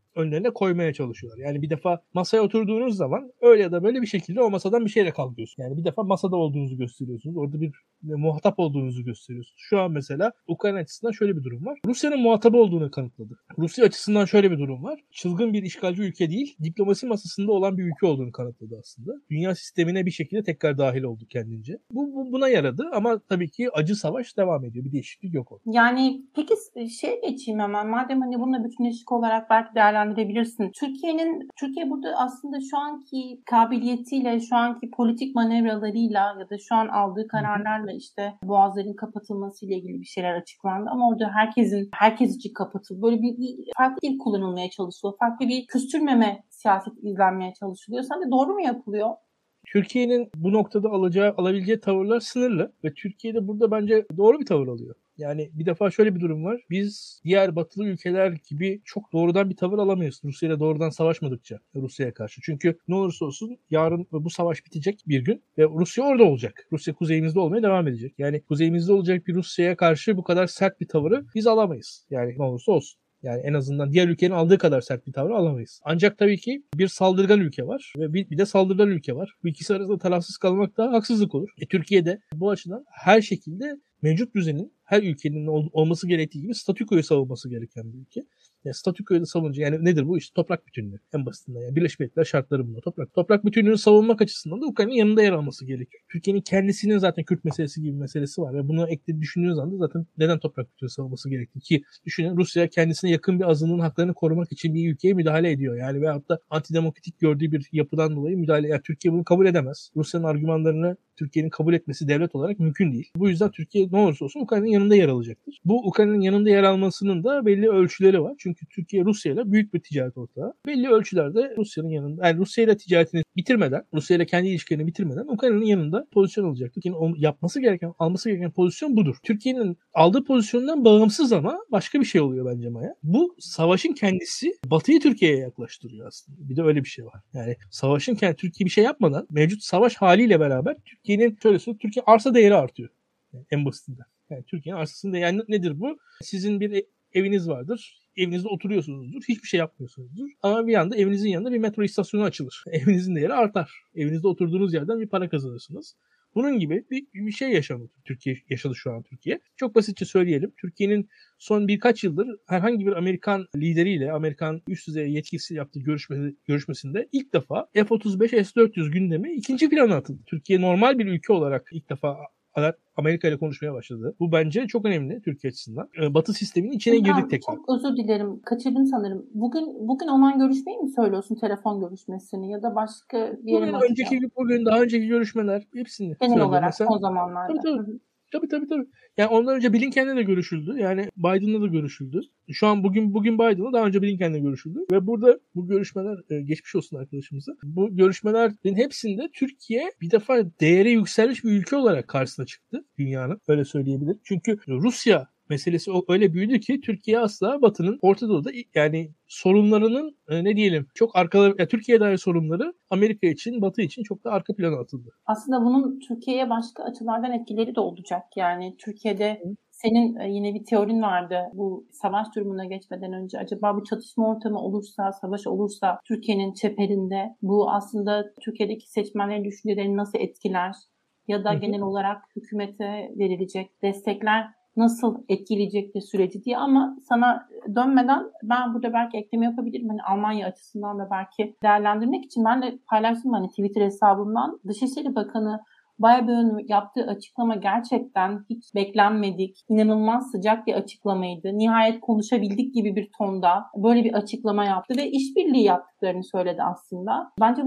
önlerine koymaya çalışıyorlar. Yani bir defa masaya oturduğunuz zaman öyle ya da böyle bir şekilde o masadan bir şeyle kalkıyorsunuz. Yani bir defa masada olduğunuzu gösteriyorsunuz. Orada bir muhatap olduğunuzu gösteriyorsunuz. Şu an mesela Ukrayna açısından şöyle bir durum var. Rusya'nın muhatabı olduğunu kanıtladı. Rusya açısından şöyle bir durum var. Çılgın bir işgalci ülke değil, diplomasi masasında olan bir ülke olduğunu kanıtladı aslında. Dünya sistemine bir şekilde tekrar dahil oldu kendince. Buna yaradı ama tabii ki acı savaş devam ediyor. Bir değişiklik yok orada. Yani peki geçeyim hemen. Madem hani bununla bütünleşik olarak belki değerlendirebilirsin. Türkiye burada aslında şu anki kabiliyetiyle, şu anki politik manevralarıyla ya da şu an aldığı kararlarla işte boğazların kapatılmasıyla ilgili bir şeyler açıklandı ama orada herkes için kapatıldı. Böyle bir farklı dil kullanılmaya çalışılıyor. Farklı bir küstürmeme siyaseti izlenmeye çalışılıyor. Sence doğru mu yapılıyor? Türkiye'nin bu noktada alabileceği tavırlar sınırlı ve Türkiye de burada bence doğru bir tavır alıyor. Yani bir defa şöyle bir durum var. Biz diğer batılı ülkeler gibi çok doğrudan bir tavır alamayız. Rusya ile doğrudan savaşmadıkça Rusya'ya karşı. Çünkü ne olursa olsun yarın bu savaş bitecek bir gün ve Rusya orada olacak. Rusya kuzeyimizde olmaya devam edecek. Yani kuzeyimizde olacak bir Rusya'ya karşı bu kadar sert bir tavırı biz alamayız. Yani ne olursa olsun. Yani en azından diğer ülkenin aldığı kadar sert bir tavır alamayız. Ancak tabii ki bir saldırgan ülke var ve bir de saldırılan ülke var. Bu ikisi arasında tarafsız kalmak da haksızlık olur. Türkiye'de bu açıdan her şekilde mevcut düzenin her ülkenin olması gerektiği gibi statükoyu savunması gereken bir ülke. Yani statükoyu da savununca yani nedir bu? İşte toprak bütünlüğü en basitinden. Yani Birleşmiş Milletler şartları bunlar. Toprak bütünlüğünü savunmak açısından da Ukrayna'nın yanında yer alması gerekiyor. Türkiye'nin kendisinin zaten Kürt meselesi gibi bir meselesi var ve bunu düşündüğünüz anda zaten neden toprak bütünlüğü savunması gerektiği ki düşünün Rusya kendisine yakın bir azınlığın haklarını korumak için bir ülkeye müdahale ediyor. Yani veyahut da antidemokratik gördüğü bir yapıdan dolayı müdahale. Yani Türkiye bunu kabul edemez. Rusya'nın argümanlarını Türkiye'nin kabul etmesi devlet olarak mümkün değil. Bu yüzden Türkiye ne olursa olsun Ukrayna'nın yanında yer alacaktır. Bu Ukrayna'nın yanında yer almasının da belli ölçüleri var. Çünkü Türkiye Rusya ile büyük bir ticaret ortağı. Belli ölçülerde Rusya'nın yanında, yani Rusya ile ticaretini bitirmeden, Rusya ile kendi ilişkilerini bitirmeden Ukrayna'nın yanında pozisyon alacaktır. Yani alması gereken pozisyon budur. Türkiye'nin aldığı pozisyondan bağımsız ama başka bir şey oluyor bence Maya. Bu savaşın kendisi Batı'yı Türkiye'ye yaklaştırıyor aslında. Bir de öyle bir şey var. Yani savaşın Türkiye bir şey yapmadan mevcut savaş haliyle beraber Türkiye'nin şöyle söyleyeyim, Türkiye arsa değeri artıyor. Yani en basitinden. Yani Türkiye'nin arsasının değeri yani nedir bu? Sizin bir eviniz vardır. Evinizde oturuyorsunuzdur. Hiçbir şey yapmıyorsunuzdur. Ama bir anda evinizin yanında bir metro istasyonu açılır. Evinizin değeri artar. Evinizde oturduğunuz yerden bir para kazanırsınız. Bunun gibi bir şey yaşadı şu an Türkiye. Çok basitçe söyleyelim. Türkiye'nin son birkaç yıldır herhangi bir Amerikan lideriyle, Amerikan üst düzey yetkilisi yaptığı görüşmesinde ilk defa F-35, S-400 gündemi ikinci plana atıldı. Türkiye normal bir ülke olarak ilk defa Amerika ile konuşmaya başladı. Bu bence çok önemli Türkiye açısından. Batı sisteminin içine girdik tekrar. Çok özür dilerim. Kaçırdım sanırım. Bugün olan görüşmeyi mi söylüyorsun? Telefon görüşmesini ya da başka bir yere mi atacağım? Bugün daha önceki görüşmeler hepsini genel olarak mesela, son zamanlarda. Tabii. Yani ondan önce Blinken'le de görüşüldü. Yani Biden'la da görüşüldü. Şu an bugün Biden'la daha önce Blinken'le görüşüldü. Ve burada bu görüşmeler geçmiş olsun arkadaşımıza. Bu görüşmelerin hepsinde Türkiye bir defa değeri yükselmiş bir ülke olarak karşısına çıktı dünyanın. Öyle söyleyebilirim. Çünkü Rusya meselesi öyle büyüdü ki Türkiye asla Batı'nın Orta Doğu'da yani sorunlarının çok Türkiye'ye dair sorunları Amerika için, Batı için çok da arka plana atıldı. Aslında bunun Türkiye'ye başka açılardan etkileri de olacak. Yani Türkiye'de senin yine bir teorin vardı bu savaş durumuna geçmeden önce. Acaba bu çatışma ortamı olursa, savaş olursa Türkiye'nin çeperinde bu aslında Türkiye'deki seçmenlerin düşüncelerini nasıl etkiler? Ya da genel olarak hükümete verilecek destekler nasıl etkileyecektir süreci diye ama sana dönmeden ben burada belki ekleme yapabilirim. Hani Almanya açısından da belki değerlendirmek için ben de paylaştım hani Twitter hesabımdan. Dışişleri Bakanı Baerbock'un yaptığı açıklama gerçekten hiç beklenmedik, inanılmaz sıcak bir açıklamaydı. Nihayet konuşabildik gibi bir tonda böyle bir açıklama yaptı ve işbirliği yaptıklarını söyledi aslında. Bence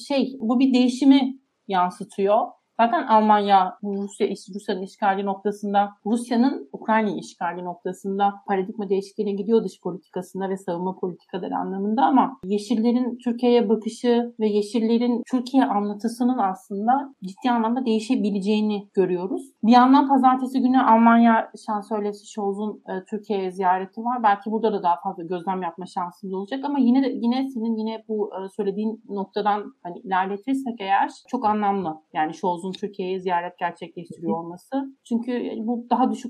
bu bir değişimi yansıtıyor. Zaten Almanya Rusya'nın işgali noktasında, Rusya'nın Ukrayna'yı işgali noktasında paradigma değişikliğine gidiyor dış politikasında ve savunma politikaları anlamında ama Yeşillerin Türkiye'ye bakışı ve Yeşillerin Türkiye anlatısının aslında ciddi anlamda değişebileceğini görüyoruz. Bir yandan pazartesi günü Almanya Şansölyesi Scholz'un Türkiye'ye ziyareti var. Belki burada da daha fazla gözlem yapma şansımız olacak ama yine senin bu söylediğin noktadan hani ilerletirsek eğer çok anlamlı. Yani Scholz'un Türkiye'ye ziyaret gerçekleştiriyor olması. Çünkü bu daha düşük seviyede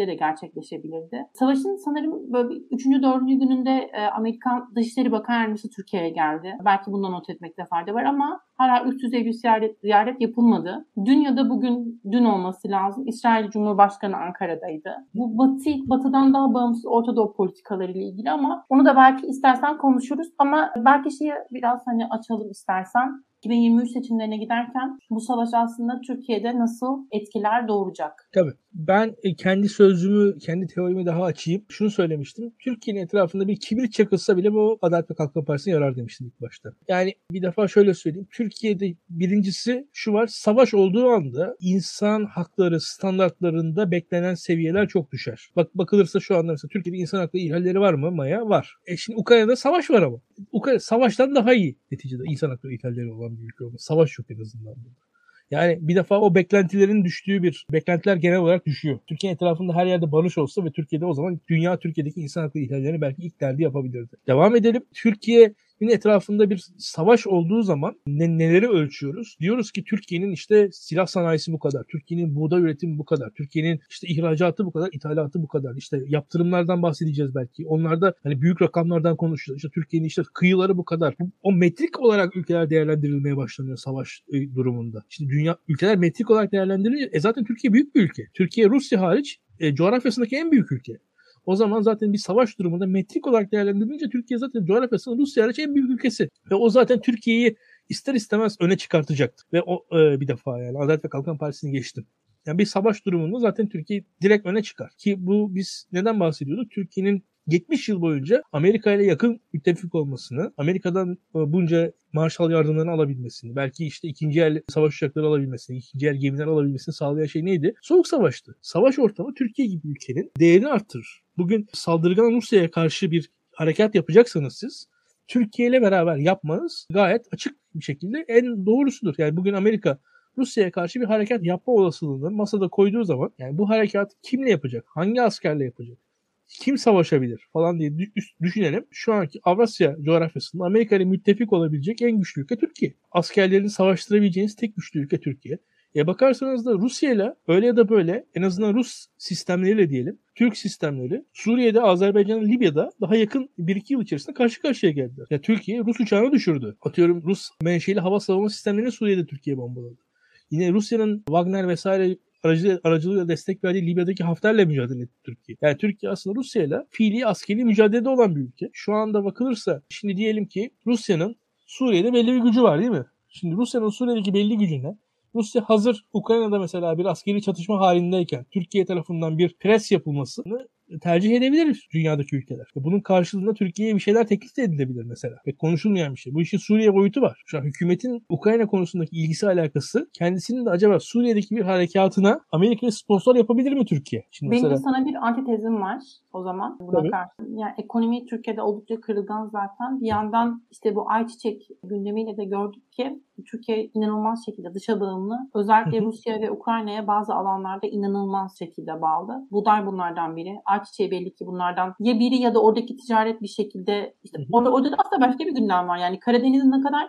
şekilde de gerçekleşebilirdi. Savaşın sanırım böyle 3. 4. gününde Amerikan Dışişleri Bakan Yardımcısı Türkiye'ye geldi. Belki bundan not etmekte fayda var ama hala üst düzey bir ziyaret yapılmadı. Dün ya da dün olması lazım. İsrail Cumhurbaşkanı Ankara'daydı. Bu batıdan daha bağımsız Orta Doğu politikalarıyla ilgili ama onu da belki istersen konuşuruz. Ama belki şeyi biraz açalım istersen. 2023 seçimlerine giderken bu savaş aslında Türkiye'de nasıl etkiler doğuracak? Tabii. Ben kendi sözümü, kendi teorimi daha açayım. Şunu söylemiştim. Türkiye'nin etrafında bir kibrit çakılsa bile bu Adalet ve Kalkınma Partisi'ne yarar demiştim ilk başta. Yani bir defa şöyle söyleyeyim. Türkiye'de birincisi şu var. Savaş olduğu anda insan hakları standartlarında beklenen seviyeler çok düşer. Bakılırsa şu anda mesela Türkiye'de insan hakları ihlalleri var mı? Maya var. Şimdi Ukrayna'da savaş var ama. Ukrayna savaştan daha iyi neticede insan hakları ihlalleri olan bir ülke olması. Savaş yok en azından burada. Yani bir defa o beklentilerin düştüğü beklentiler genel olarak düşüyor. Türkiye etrafında her yerde barış olsa ve Türkiye'de o zaman dünya Türkiye'deki insan hakları ihlallerini belki ilk derdi yapabilirdi. Devam edelim. Türkiye'nin etrafında bir savaş olduğu zaman neleri ölçüyoruz? Diyoruz ki Türkiye'nin işte silah sanayisi bu kadar, Türkiye'nin buğday üretimi bu kadar, Türkiye'nin işte ihracatı bu kadar, ithalatı bu kadar. İşte yaptırımlardan bahsedeceğiz belki. Onlarda büyük rakamlardan konuşacağız. İşte Türkiye'nin işte kıyıları bu kadar. O metrik olarak ülkeler değerlendirilmeye başlanıyor savaş durumunda. Şimdi ülkeler metrik olarak değerlendirilince zaten Türkiye büyük bir ülke. Türkiye Rusya hariç coğrafyasındaki en büyük ülke. O zaman zaten bir savaş durumunda metrik olarak değerlendirilince Türkiye zaten coğrafyasının Rusya hariç en büyük ülkesi. Ve o zaten Türkiye'yi ister istemez öne çıkartacaktı. Ve o bir defa yani Adalet ve Kalkınma Partisi'ni geçtim. Yani bir savaş durumunda zaten Türkiye direkt öne çıkar. Ki bu biz neden bahsediyorduk? Türkiye'nin 70 yıl boyunca Amerika ile yakın müttefik olmasını, Amerika'dan bunca Marshall yardımlarını alabilmesini, belki işte ikinci el savaş uçakları alabilmesini, ikinci el gemiler alabilmesini sağlayan şey neydi? Soğuk savaştı. Savaş ortamı Türkiye gibi ülkenin değerini artırır. Bugün saldırgan Rusya'ya karşı bir harekat yapacaksanız siz, Türkiye ile beraber yapmanız gayet açık bir şekilde en doğrusudur. Yani bugün Amerika Rusya'ya karşı bir harekat yapma olasılığını masada koyduğu zaman yani bu harekat kimle yapacak? Hangi askerle yapacak? Kim savaşabilir falan diye düşünelim. Şu anki Avrasya coğrafyasında Amerika ile müttefik olabilecek en güçlü ülke Türkiye. Askerlerini savaştırabileceğiniz tek güçlü ülke Türkiye. Bakarsanız da Rusya ile öyle ya da böyle en azından Rus sistemleriyle diyelim, Türk sistemleri Suriye'de, Azerbaycan'da, Libya'da daha yakın 1-2 yıl içerisinde karşı karşıya geldiler. Yani Türkiye Rus uçağını düşürdü. Atıyorum Rus menşeli hava savunma sistemlerini Suriye'de Türkiye bombaladı. Yine Rusya'nın Wagner vesaire aracılığıyla destek verdiği Libya'daki Hafter'le mücadele etti Türkiye. Yani Türkiye aslında Rusya'yla fiili askeri mücadelede olan bir ülke. Şu anda bakılırsa şimdi diyelim ki Rusya'nın Suriye'de belli bir gücü var değil mi? Şimdi Rusya'nın Suriye'deki belli gücüne Rusya hazır Ukrayna'da mesela bir askeri çatışma halindeyken Türkiye tarafından bir pres yapılmasını tercih edebilir dünyadaki ülkeler. Bunun karşılığında Türkiye'ye bir şeyler teklif de edilebilir mesela. Ve konuşulmayan bir şey. Bu işin Suriye boyutu var. Şu an hükümetin Ukrayna konusundaki ilgisi alakası kendisinin de acaba Suriye'deki bir harekatına Amerika'ya sponsor yapabilir mi Türkiye? Şimdi benim de sana bir antitezim var o zaman buna Tabii. karşı. Yani ekonomi Türkiye'de oldukça kırılgan zaten. Bir yandan işte bu ayçiçek gündemiyle de gördük ki Türkiye inanılmaz şekilde dışa bağımlı. Özellikle Rusya ve Ukrayna'ya bazı alanlarda inanılmaz şekilde bağlı. Buğday bunlardan biri. Ayçiçeği belli ki bunlardan ya biri ya da oradaki ticaret bir şekilde işte orada da aslında başka bir gündem var. Yani Karadeniz'in ne kadar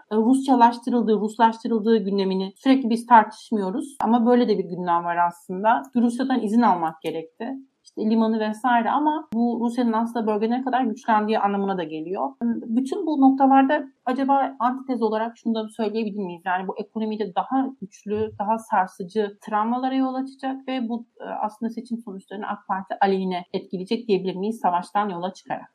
Ruslaştırıldığı gündemini sürekli biz tartışmıyoruz. Ama böyle de bir gündem var aslında. Rusya'dan izin almak gerekti. Limanı vesaire ama bu Rusya'nın aslında bölge ne kadar güçlendiği anlamına da geliyor. Bütün bu noktalarda acaba antitez olarak şunu da söyleyebilir miyiz? Yani bu ekonomide daha güçlü, daha sarsıcı travmalara yol açacak ve bu aslında seçim sonuçlarını AK Parti aleyhine etkileyecek diyebilir miyiz savaştan yola çıkarak?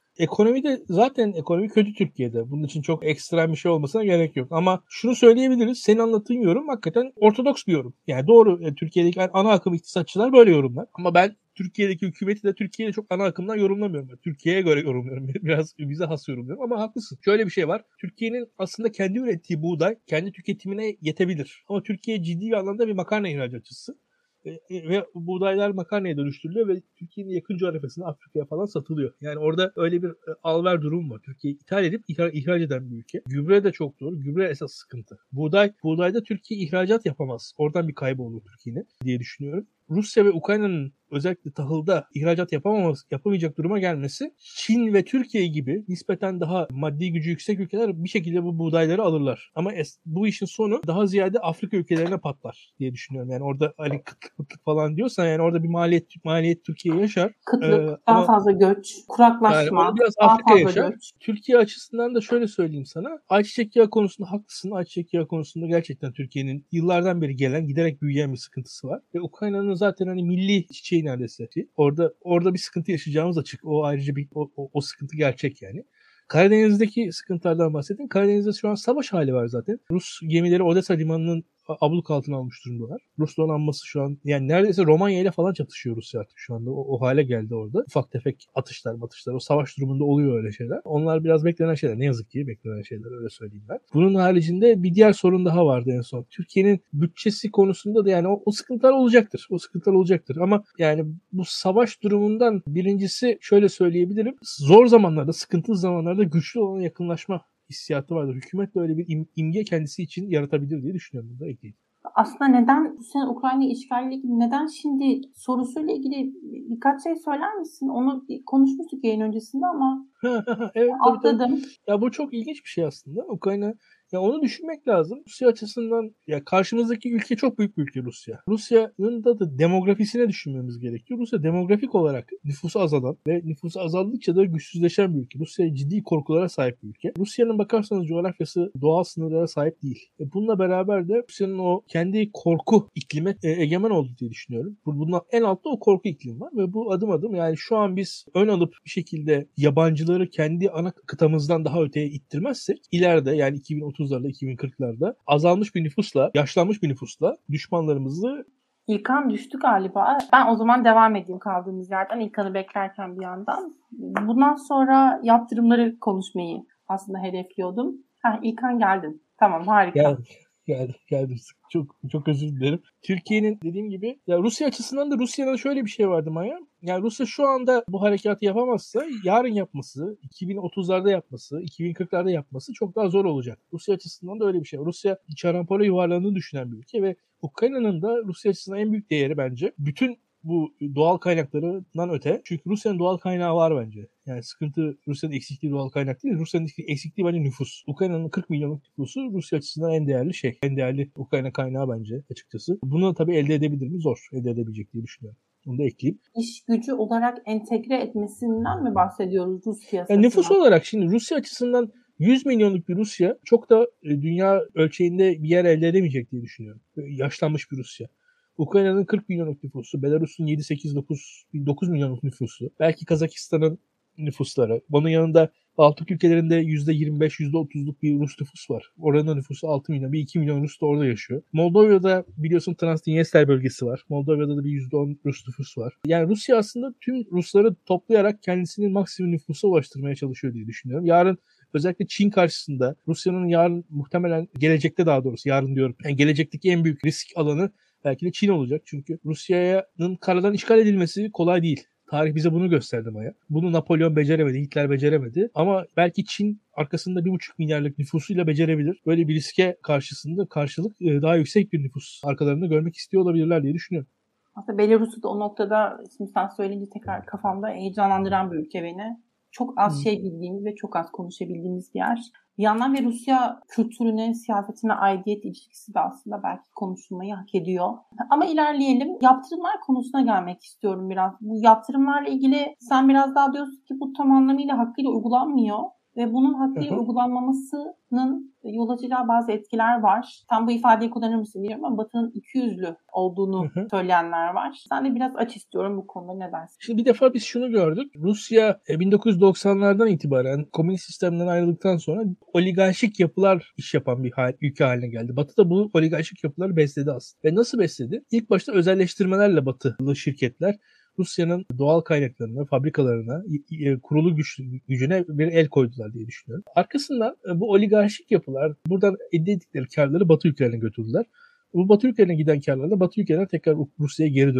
Zaten ekonomi kötü Türkiye'de. Bunun için çok ekstrem bir şey olmasına gerek yok. Ama şunu söyleyebiliriz. Senin anlattığın yorum hakikaten ortodoks bir yorum. Yani doğru, Türkiye'deki ana akım iktisatçılar böyle yorumlar. Ama ben Türkiye'deki hükümeti de Türkiye'de çok ana akımdan yorumlamıyorum. Türkiye'ye göre yorumluyorum. Biraz bize has yorumluyorum ama haklısın. Şöyle bir şey var. Türkiye'nin aslında kendi ürettiği buğday kendi tüketimine yetebilir. Ama Türkiye ciddi bir anlamda bir makarna ihracatçısı. Ve buğdaylar makarnaya dönüştürülüyor ve Türkiye'nin yakın coğrafyasında Afrika'ya falan satılıyor. Yani orada öyle bir al-ver durum var. Türkiye ithal edip ihraç eden bir ülke. Gübre de çok doğru. Gübre esas sıkıntı. Buğdayda Türkiye ihracat yapamaz. Oradan bir kaybı olur Türkiye'nin diye düşünüyorum. Rusya ve Ukrayna'nın özellikle tahılda ihracat yapamayacak duruma gelmesi, Çin ve Türkiye gibi nispeten daha maddi gücü yüksek ülkeler bir şekilde bu buğdayları alırlar. Ama bu işin sonu daha ziyade Afrika ülkelerine patlar diye düşünüyorum. Yani orada hani kıtlık falan diyorsan yani orada bir maliyet Türkiye yaşar. Kıtlık, daha fazla göç, kuraklaşma, yani biraz daha Afrika fazla yaşar. göç. Türkiye açısından da şöyle söyleyeyim sana. Ayçiçek yağı konusunda haklısın. Ayçiçek yağı konusunda gerçekten Türkiye'nin yıllardan beri gelen, giderek büyüyen bir sıkıntısı var. Ve Ukrayna'nın zaten hani milli çiçeği neredeyse. Orada bir sıkıntı yaşayacağımız açık. O ayrıca o sıkıntı gerçek yani. Karadeniz'deki sıkıntılardan bahsettim. Karadeniz'de şu an savaş hali var zaten. Rus gemileri Odessa limanının abluk altına almış durumdalar. Rus donanması şu an yani neredeyse Romanya ile falan çatışıyor Rusya artık şu anda. O hale geldi orada. Ufak tefek atışlar. O savaş durumunda oluyor öyle şeyler. Onlar biraz beklenen şeyler. Ne yazık ki beklenen şeyler, öyle söyleyeyim ben. Bunun haricinde bir diğer sorun daha vardı en son. Türkiye'nin bütçesi konusunda da yani o sıkıntılar olacaktır. O sıkıntılar olacaktır. Ama yani bu savaş durumundan birincisi şöyle söyleyebilirim. Zor zamanlarda, sıkıntılı zamanlarda güçlü olan yakınlaşma hissiyatı vardır. Hükümet de öyle bir imge kendisi için yaratabilir diye düşünüyorum. Bunu da ekleyeyim. Aslında neden Rusya'nın Ukrayna işgaliyle ilgili, neden şimdi sorusuyla ilgili birkaç şey söyler misin? Onu konuşmuştuk yayın öncesinde ama evet, atladım. tabii. Ya bu çok ilginç bir şey aslında. Ukrayna, ya onu düşünmek lazım. Rusya açısından ya karşımızdaki ülke çok büyük bir ülke Rusya. Rusya'nın da demografisine düşünmemiz gerekiyor. Rusya demografik olarak nüfusu azalan ve nüfusu azaldıkça da güçsüzleşen bir ülke. Rusya ciddi korkulara sahip bir ülke. Rusya'nın bakarsanız coğrafyası doğal sınırlara sahip değil. Bununla beraber de Rusya'nın o kendi korku iklimi egemen oldu diye düşünüyorum. Bunun en altta o korku iklimi var ve bu adım adım yani şu an biz ön alıp bir şekilde yabancıları kendi ana kıtamızdan daha öteye ittirmezsek ileride yani 2030'larda 2040'larda azalmış bir nüfusla, yaşlanmış bir nüfusla düşmanlarımızı... İlkan düştü galiba. Ben o zaman devam edeyim kaldığımız yerden. İlkan'ı beklerken bir yandan. Bundan sonra yaptırımları konuşmayı aslında hedefliyordum. İlkan geldin. Tamam, harika. Geldim. Çok özür dilerim. Türkiye'nin dediğim gibi ya Rusya açısından da Rusya'da şöyle bir şey vardı Maya. Yani Rusya şu anda bu harekatı yapamazsa yarın yapması, 2030'larda yapması, 2040'larda yapması çok daha zor olacak. Rusya açısından da öyle bir şey. Rusya şarampole yuvarlandığını düşünen bir ülke ve Ukrayna'nın da Rusya açısından en büyük değeri bence bütün bu doğal kaynaklarından öte. Çünkü Rusya'nın doğal kaynağı var bence. Yani sıkıntı Rusya'nın eksikliği doğal kaynak değil. Rusya'nın eksikliği bence nüfus. Ukrayna'nın 40 milyonluk nüfusu Rusya açısından en değerli şey. En değerli Ukrayna kaynağı bence açıkçası. Bunu tabii elde edebilir mi? Zor. Elde edebilecek diye düşünüyorum. Onu da ekleyeyim. İş gücü olarak entegre etmesinden mi bahsediyoruz Rus piyasasına? Yani nüfus olarak şimdi Rusya açısından 100 milyonluk bir Rusya çok da dünya ölçeğinde bir yer elde edemeyecek diye düşünüyorum. Yaşlanmış bir Rusya. Ukrayna'nın 40 milyonluk nüfusu, Belarus'un 7-8-9 milyonluk nüfusu, belki Kazakistan'ın nüfusları. Bunun yanında Baltık ülkelerinde %25, %30'luk bir Rus nüfus var. Oranın nüfusu 6 milyon, bir 2 milyon Rus da orada yaşıyor. Moldova'da biliyorsun Transdniester bölgesi var. Moldova'da da bir %10 Rus nüfus var. Yani Rusya aslında tüm Rusları toplayarak kendisinin maksimum nüfusa ulaştırmaya çalışıyor diye düşünüyorum. Yarın özellikle Çin karşısında Rusya'nın yarın muhtemelen gelecekte daha doğrusu yarın diyorum. Yani gelecekteki en büyük risk alanı belki de Çin olacak. Çünkü Rusya'nın karadan işgal edilmesi kolay değil. Tarih bize bunu gösterdi Maya. Bunu Napolyon beceremedi, Hitler beceremedi. Ama belki Çin arkasında 1,5 milyarlık nüfusuyla becerebilir. Böyle bir riske karşılık daha yüksek bir nüfus arkalarında görmek istiyor olabilirler diye düşünüyorum. Aslında Belarus'u da o noktada şimdi sen söyleyince tekrar kafamda heyecanlandıran bir ülke beni. Çok az şey bildiğimiz ve çok az konuşabildiğimiz bir yer. Bir yandan ve Rusya kültürüne, siyasetine aidiyet ilişkisi de aslında belki konuşulmayı hak ediyor. Ama ilerleyelim. Yaptırımlar konusuna gelmek istiyorum biraz. Bu yaptırımlarla ilgili sen biraz daha diyorsun ki bu tam anlamıyla hakkıyla uygulanmıyor. Ve bunun hakkıyla uygulanmamasının yol açacağı bazı etkiler var. Tam bu ifadeyi kullanır mısın bilmiyorum ama Batı'nın ikiyüzlü olduğunu söyleyenler var. Sen de biraz aç istiyorum bu konuda, ne dersin? Şimdi bir defa biz şunu gördük. Rusya 1990'lardan itibaren komünist sistemden ayrıldıktan sonra oligarşik yapılar iş yapan bir ülke haline geldi. Batı da bu oligarşik yapıları besledi aslında. Ve nasıl besledi? İlk başta özelleştirmelerle Batılı şirketler Rusya'nın doğal kaynaklarına, fabrikalarına, kurulu gücüne bir el koydular diye düşünüyorum. Arkasından bu oligarşik yapılar buradan elde ettikleri karları Batı ülkelerine götürdüler. Bu Batı ülkelerine giden karlar da Batı ülkelerine tekrar Rusya'ya geri döndü.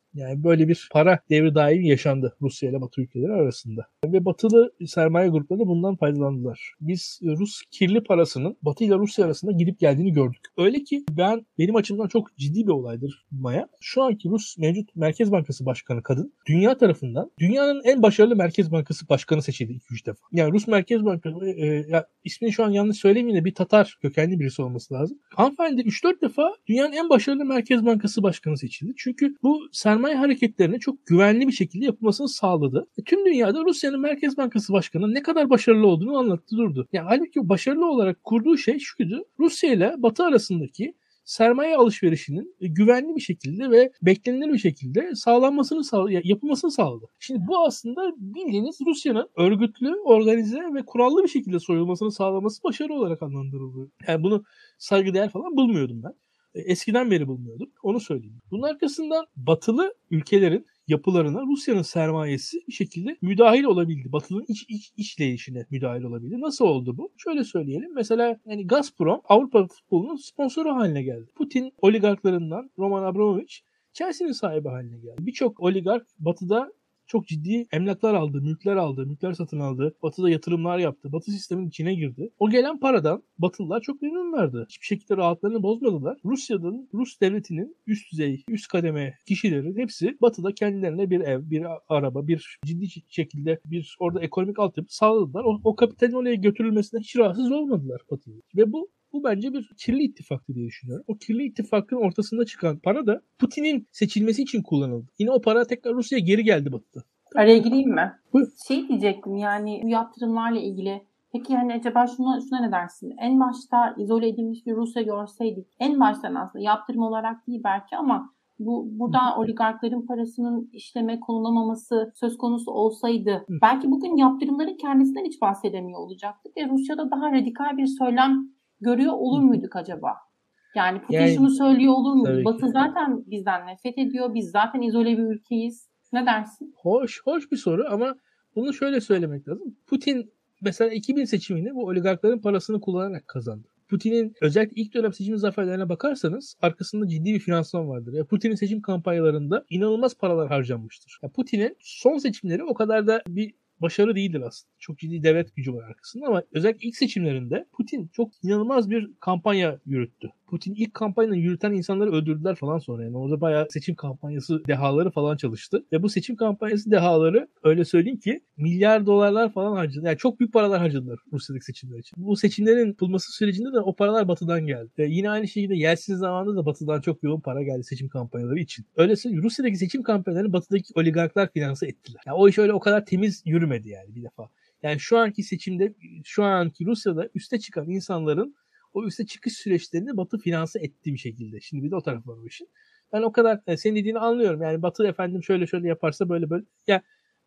Yani böyle bir para devri daimi yaşandı Rusya ile Batı ülkeleri arasında. Ve Batılı sermaye grupları da bundan faydalandılar. Biz Rus kirli parasının Batı ile Rusya arasında gidip geldiğini gördük. Öyle ki benim açımdan çok ciddi bir olaydır Maya. Şu anki Rus mevcut Merkez Bankası Başkanı kadın dünya tarafından dünyanın en başarılı Merkez Bankası Başkanı seçildi 2-3 defa. Yani Rus Merkez Bankası ismini şu an yanlış söylemeyeyim de bir Tatar kökenli birisi olması lazım. Hanımefendi 3-4 defa dünyanın en başarılı Merkez Bankası Başkanı seçildi. Çünkü bu sermaye hareketlerine çok güvenli bir şekilde yapılmasını sağladı. Tüm dünyada Rusya'nın Merkez Bankası Başkanı ne kadar başarılı olduğunu anlattı durdu. Yani halbuki başarılı olarak kurduğu şey şuydu. Rusya ile Batı arasındaki sermaye alışverişinin güvenli bir şekilde ve beklenilir bir şekilde yapılmasını sağladı. Şimdi bu aslında bildiğiniz Rusya'nın örgütlü, organize ve kurallı bir şekilde soyulmasını sağlaması başarı olarak adlandırıldı. Yani bunu saygıdeğer falan bulmuyordum ben. Eskiden beri bulmuyordum. Onu söyleyeyim. Bunun arkasından batılı ülkelerin yapılarına Rusya'nın sermayesi bir şekilde müdahil olabildi. Batı'nın işleyişine müdahil olabildi. Nasıl oldu bu? Şöyle söyleyelim. Mesela yani Gazprom Avrupa futbolunun sponsoru haline geldi. Putin oligarklarından Roman Abramovich Chelsea'nin sahibi haline geldi. Birçok oligark Batı'da çok ciddi emlaklar aldı, mülkler satın aldı. Batı'da yatırımlar yaptı. Batı sistemin içine girdi. O gelen paradan Batılılar çok memnunlardı. Hiçbir şekilde rahatlarını bozmadılar. Rus devletinin üst düzey, üst kademe kişilerin hepsi Batı'da kendilerine bir ev, bir araba, bir ciddi şekilde bir orada ekonomik altyapı sağladılar. O kapitalin oraya götürülmesine hiç rahatsız olmadılar Batı'da. Ve bu bence bir kirli ittifaktı diye düşünüyorum. O kirli ittifakın ortasında çıkan para da Putin'in seçilmesi için kullanıldı. Yine o para tekrar Rusya'ya geri geldi Batı'da. Araya gireyim mi? Buyur. Diyecektim yani bu yaptırımlarla ilgili. Peki yani acaba şuna ne dersin? En başta izole edilmiş bir Rusya görseydik, en baştan aslında yaptırım olarak değil belki ama burada oligarkların parasının işleme konulamaması söz konusu olsaydı belki bugün yaptırımların kendisinden hiç bahsedemiyor olacaktık ve Rusya'da daha radikal bir söylem görüyor olur muyduk acaba? Yani Putin şunu söylüyor olur muydu? Batı zaten bizden nefret ediyor. Biz zaten izole bir ülkeyiz. Ne dersin? Hoş bir soru ama bunu şöyle söylemek lazım. Putin mesela 2000 seçimini bu oligarkların parasını kullanarak kazandı. Putin'in özellikle ilk dönem seçim zaferlerine bakarsanız arkasında ciddi bir finansman vardır. Putin'in seçim kampanyalarında inanılmaz paralar harcanmıştır. Putin'in son seçimleri o kadar da bir başarı değildir aslında. Çok ciddi devlet gücü var arkasında ama özellikle ilk seçimlerinde Putin çok inanılmaz bir kampanya yürüttü. Putin ilk kampanyayı yürüten insanları öldürdüler falan sonra. Yani orada bayağı seçim kampanyası dehaları falan çalıştı. Ve bu seçim kampanyası dehaları öyle söyleyeyim ki milyar dolarlar falan harcadı. Yani çok büyük paralar harcadılar Rusya'daki seçimler için. Bu seçimlerin yapılması sürecinde de o paralar Batı'dan geldi. Ve yine aynı şekilde Yeltsin zamanında da Batı'dan çok yoğun para geldi seçim kampanyaları için. Öyle söyleyeyim Rusya'daki seçim kampanyalarını Batı'daki oligarklar finanse ettiler. Yani o iş öyle o kadar temiz yürümedi yani bir defa. Yani şu anki seçimde, şu anki Rusya'da üste çıkan insanların o üste çıkış süreçlerini Batı finanse ettiği bir şekilde. Şimdi bir de o taraf var o işin. Ben o kadar senin dediğini anlıyorum. Yani Batı efendim şöyle yaparsa böyle. Ya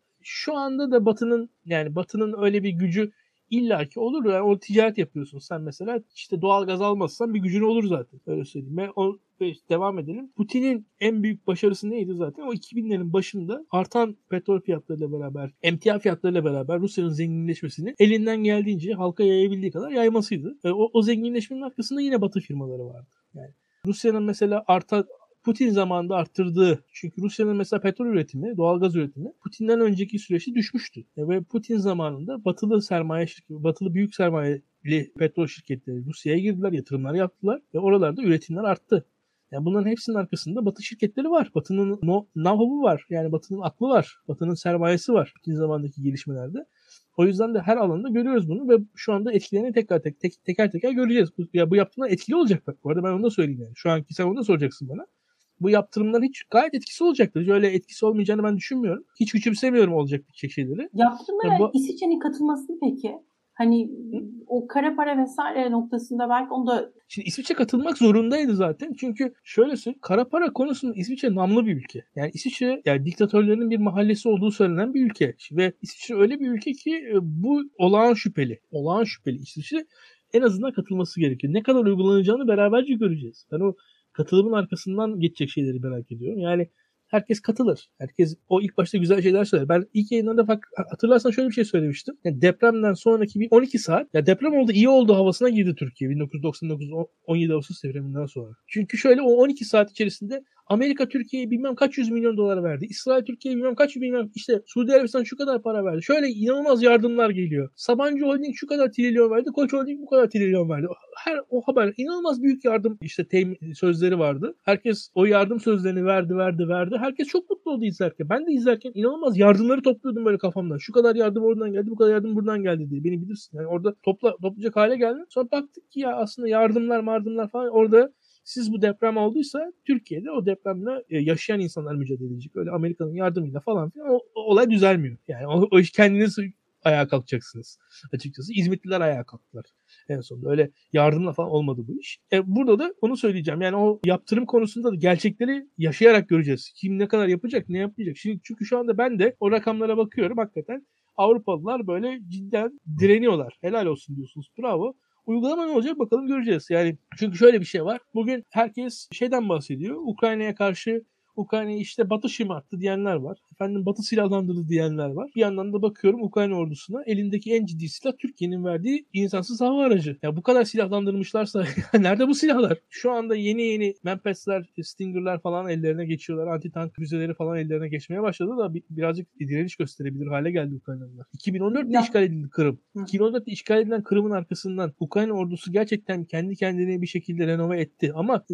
şu anda da Batı'nın öyle bir gücü illaki olur. Yani o ticaret yapıyorsun sen mesela işte doğal gaz almazsan bir gücün olur zaten. Öyle söyleyeyim. Devam edelim. Putin'in en büyük başarısı neydi zaten? O 2000'lerin başında artan petrol fiyatlarıyla beraber, emtia fiyatlarıyla beraber Rusya'nın zenginleşmesini elinden geldiğince halka yayabildiği kadar yaymasıydı. O zenginleşmenin arkasında yine Batı firmaları vardı. Yani Rusya'nın mesela Putin zamanında arttırdığı, çünkü Rusya'nın mesela petrol üretimi, doğalgaz üretimi Putin'den önceki süreçte düşmüştü. Ve Putin zamanında batılı büyük sermayeli petrol şirketleri Rusya'ya girdiler, yatırımlar yaptılar ve oralarda üretimler arttı. Yani bunların hepsinin arkasında Batı şirketleri var. Batı'nın know-how'u var. Yani Batı'nın aklı var. Batı'nın sermayesi var Putin zamandaki gelişmelerde. O yüzden de her alanda görüyoruz bunu ve şu anda etkilerini teker teker göreceğiz. Bu yaptığımlar etkili olacak bak. Bu arada ben onu da söyleyeyim yani. Şu anki sen onu da soracaksın bana. Bu yaptırımların gayet etkisi olacaktır. Öyle etkisi olmayacağını ben düşünmüyorum. Hiç küçümsemiyorum olacak bir şeyleri. Yaptırımlara İsviçre'nin katılmasını peki? Hani o kara para vesaire noktasında belki onu da... Şimdi İsviçre katılmak zorundaydı zaten. Çünkü şöyle söyleyeyim. Kara para konusunda İsviçre namlı bir ülke. Yani İsviçre diktatörlerin bir mahallesi olduğu söylenen bir ülke. Ve İsviçre öyle bir ülke ki bu olağan şüpheli. Olağan şüpheli. İsviçre en azından katılması gerekiyor. Ne kadar uygulanacağını beraberce göreceğiz. Ben o katılımın arkasından geçecek şeyleri merak ediyorum. Yani herkes katılır. Herkes o ilk başta güzel şeyler söyler. Ben ilk yayınlarda hatırlarsan şöyle bir şey söylemiştim. Yani depremden sonraki bir 12 saat deprem oldu iyi oldu havasına girdi Türkiye 1999 17 Ağustos depreminden sonra. Çünkü şöyle o 12 saat içerisinde Amerika Türkiye'ye bilmem kaç yüz milyon dolar verdi. İsrail Türkiye'ye bilmem kaç bilmem işte Suudi Arabistan şu kadar para verdi. Şöyle inanılmaz yardımlar geliyor. Sabancı Holding şu kadar trilyon verdi. Koç Holding bu kadar trilyon verdi. Her o haber inanılmaz büyük yardım işte sözleri vardı. Herkes o yardım sözlerini verdi. Herkes çok mutlu oldu izlerken. Ben de izlerken inanılmaz yardımları topluyordum böyle kafamdan. Şu kadar yardım oradan geldi, bu kadar yardım buradan geldi diye. Beni bilirsin. Yani orada toplayacak hale geldim. Sonra baktık ki ya aslında yardımlar falan orada siz bu deprem olduysa Türkiye'de o depremle yaşayan insanlar mücadele edecek. Öyle Amerika'nın yardımıyla falan filan o olay düzelmiyor. Yani o iş kendiniz ayağa kalkacaksınız açıkçası. İzmitliler ayağa kalktılar en sonunda. Öyle yardımla falan olmadı bu iş. Burada da onu söyleyeceğim. Yani o yaptırım konusunda da gerçekleri yaşayarak göreceğiz. Kim ne kadar yapacak, ne yapmayacak. Çünkü şu anda ben de o rakamlara bakıyorum. Hakikaten Avrupalılar böyle cidden direniyorlar. Helal olsun diyorsunuz. Bravo. Uygulama ne olacak bakalım göreceğiz. Yani çünkü şöyle bir şey var. Bugün herkes şeyden bahsediyor. Ukrayna'ya işte Batı şımarttı diyenler var. Efendim Batı silahlandırdı diyenler var. Bir yandan da bakıyorum Ukrayna ordusuna elindeki en ciddi silah Türkiye'nin verdiği insansız hava aracı. Ya bu kadar silahlandırmışlarsa nerede bu silahlar? Şu anda yeni Manpass'ler, Stinger'lar falan ellerine geçiyorlar. Anti-tank füzeleri falan ellerine geçmeye başladı da birazcık direniş gösterebilir hale geldi Ukraynalılar. 2014'te işgal edildi Kırım. 2014'te işgal edilen Kırım'ın arkasından Ukrayna ordusu gerçekten kendi kendine bir şekilde renove etti. Ama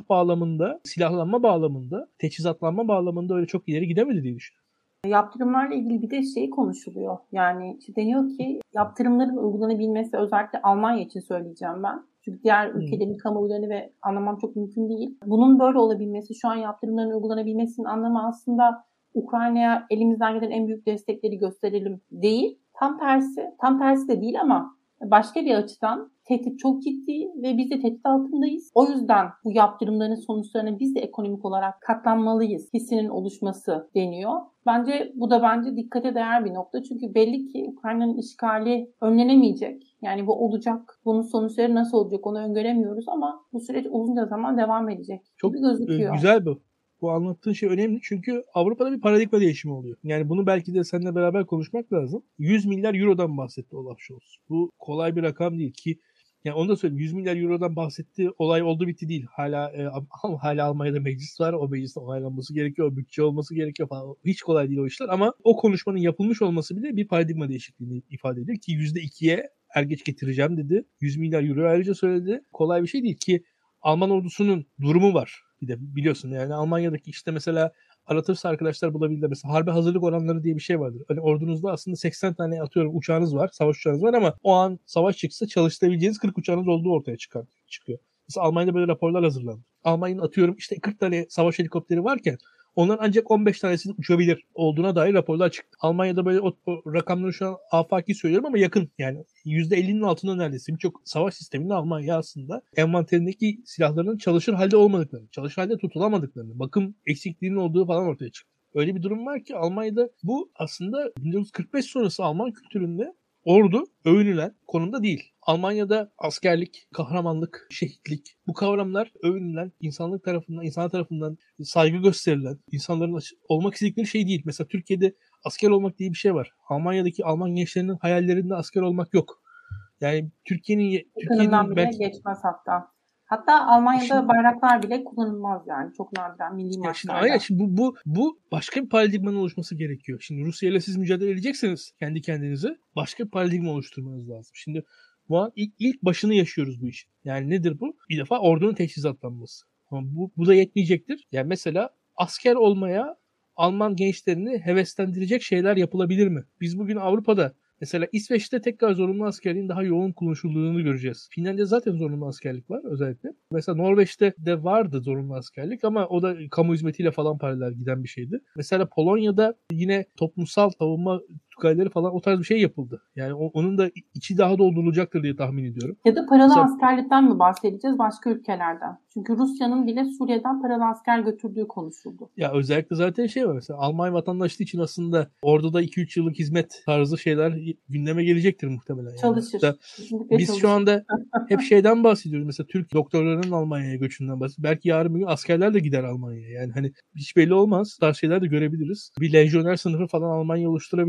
silahlanma bağlamında, teçhizatlanma bağlamında öyle çok ileri gidemedi diye düşünüyorum. Yaptırımlarla ilgili bir de şey konuşuluyor. Yani işte deniyor ki yaptırımların uygulanabilmesi, özellikle Almanya için söyleyeceğim ben. Çünkü diğer ülkelerin kamuoylarını ve anlamam çok mümkün değil. Bunun böyle olabilmesi, şu an yaptırımların uygulanabilmesinin anlamı aslında Ukrayna'ya elimizden gelen en büyük destekleri gösterelim değil. Tam tersi de değil ama başka bir açıdan tehdit çok ciddi ve biz de tehdit altındayız. O yüzden bu yaptırımların sonuçlarına biz de ekonomik olarak katlanmalıyız hissinin oluşması deniyor. Bu da dikkate değer bir nokta. Çünkü belli ki Ukrayna'nın işgali önlenemeyecek. Yani bu olacak. Bunun sonuçları nasıl olacak onu öngöremiyoruz ama bu süreç uzunca zaman devam edecek çok gibi gözüküyor. Güzel bu. Bu anlattığın şey önemli çünkü Avrupa'da bir paradigma değişimi oluyor. Yani bunu belki de seninle beraber konuşmak lazım. 100 milyar eurodan bahsetti Olaf Scholz. Bu kolay bir rakam değil ki yani onu da söyleyeyim. 100 milyar eurodan bahsetti. Olay oldu bitti değil. Hala Almanya'da meclis var. O mecliste onaylanması gerekiyor. O bütçe olması gerekiyor falan. Hiç kolay değil o işler ama o konuşmanın yapılmış olması bile bir paradigma değişikliğini ifade ediyor ki %2'ye geç getireceğim dedi. 100 milyar euro ayrıca söyledi. Kolay bir şey değil ki Alman ordusunun durumu var. Bir de biliyorsun yani Almanya'daki işte mesela aratırsa arkadaşlar bulabilirler. Mesela harbe hazırlık oranları diye bir şey vardır. Hani ordunuzda aslında 80 tane atıyorum uçağınız var, savaş uçağınız var ama o an savaş çıksa çalıştırabileceğiniz 40 uçağınız olduğu ortaya çıkıyor. Mesela Almanya'da böyle raporlar hazırlandı. Almanya'nın atıyorum işte 40 tane savaş helikopteri varken onların ancak 15 tanesi uçabilir olduğuna dair raporlar çıktı. Almanya'da böyle o rakamları şu an afaki söylüyorum ama yakın yani %50'nin altında neredeyse birçok savaş sisteminde Almanya aslında envanterindeki silahların çalışır halde olmadıklarını, çalışır halde tutulamadıklarını, bakım eksikliğinin olduğu falan ortaya çıktı. Öyle bir durum var ki Almanya'da bu aslında 1945 sonrası Alman kültüründe ordu övünülen konumda değil. Almanya'da askerlik, kahramanlık, şehitlik bu kavramlar övünülen, insanlar tarafından saygı gösterilen, insanların olmak istedikleri şey değil. Mesela Türkiye'de asker olmak diye bir şey var. Almanya'daki Alman gençlerinin hayallerinde asker olmak yok. Yani Türkiye'nin bile belki geçmez hatta. Hatta Almanya'da bayraklar bile kullanılmaz yani. Çok nadiren milli maçlarda. Aynen. Şimdi bu başka bir paradigmanın oluşması gerekiyor. Şimdi Rusya ile siz mücadele edecekseniz kendi kendinize başka bir paradigma oluşturmanız lazım. Şimdi bu an ilk başını yaşıyoruz bu işin. Yani nedir bu? Bir defa ordunun teçhizatlanması. Ama bu da yetmeyecektir. Yani mesela asker olmaya Alman gençlerini heveslendirecek şeyler yapılabilir mi? Biz bugün Avrupa'da mesela İsveç'te tekrar zorunlu askerliğin daha yoğun konuşulduğunu göreceğiz. Finlandiya zaten zorunlu askerlik var özellikle. Mesela Norveç'te de vardı zorunlu askerlik ama o da kamu hizmetiyle falan paralel giden bir şeydi. Mesela Polonya'da yine toplumsal savunma tugayları falan o tarz bir şey yapıldı. Yani onun da içi daha doldurulacaktır diye tahmin ediyorum. Ya da paralı askerlikten mi bahsedeceğiz başka ülkelerden? Çünkü Rusya'nın bile Suriye'den paralı asker götürdüğü konuşuldu. Ya özellikle zaten şey var mesela Alman vatandaşlığı için aslında orada 2-3 yıllık hizmet tarzı şeyler gündeme gelecektir muhtemelen. Yani. Çalışır. Biz çalışır. Şu anda hep şeyden bahsediyoruz. Mesela Türk doktorlarının Almanya'ya göçünden bahsediyoruz. Belki yarın bir gün askerler de gider Almanya'ya. Yani hani hiç belli olmaz. Bu tarz şeyler de görebiliriz. Bir lejyoner sınıfı falan Almanya oluşturabilir ve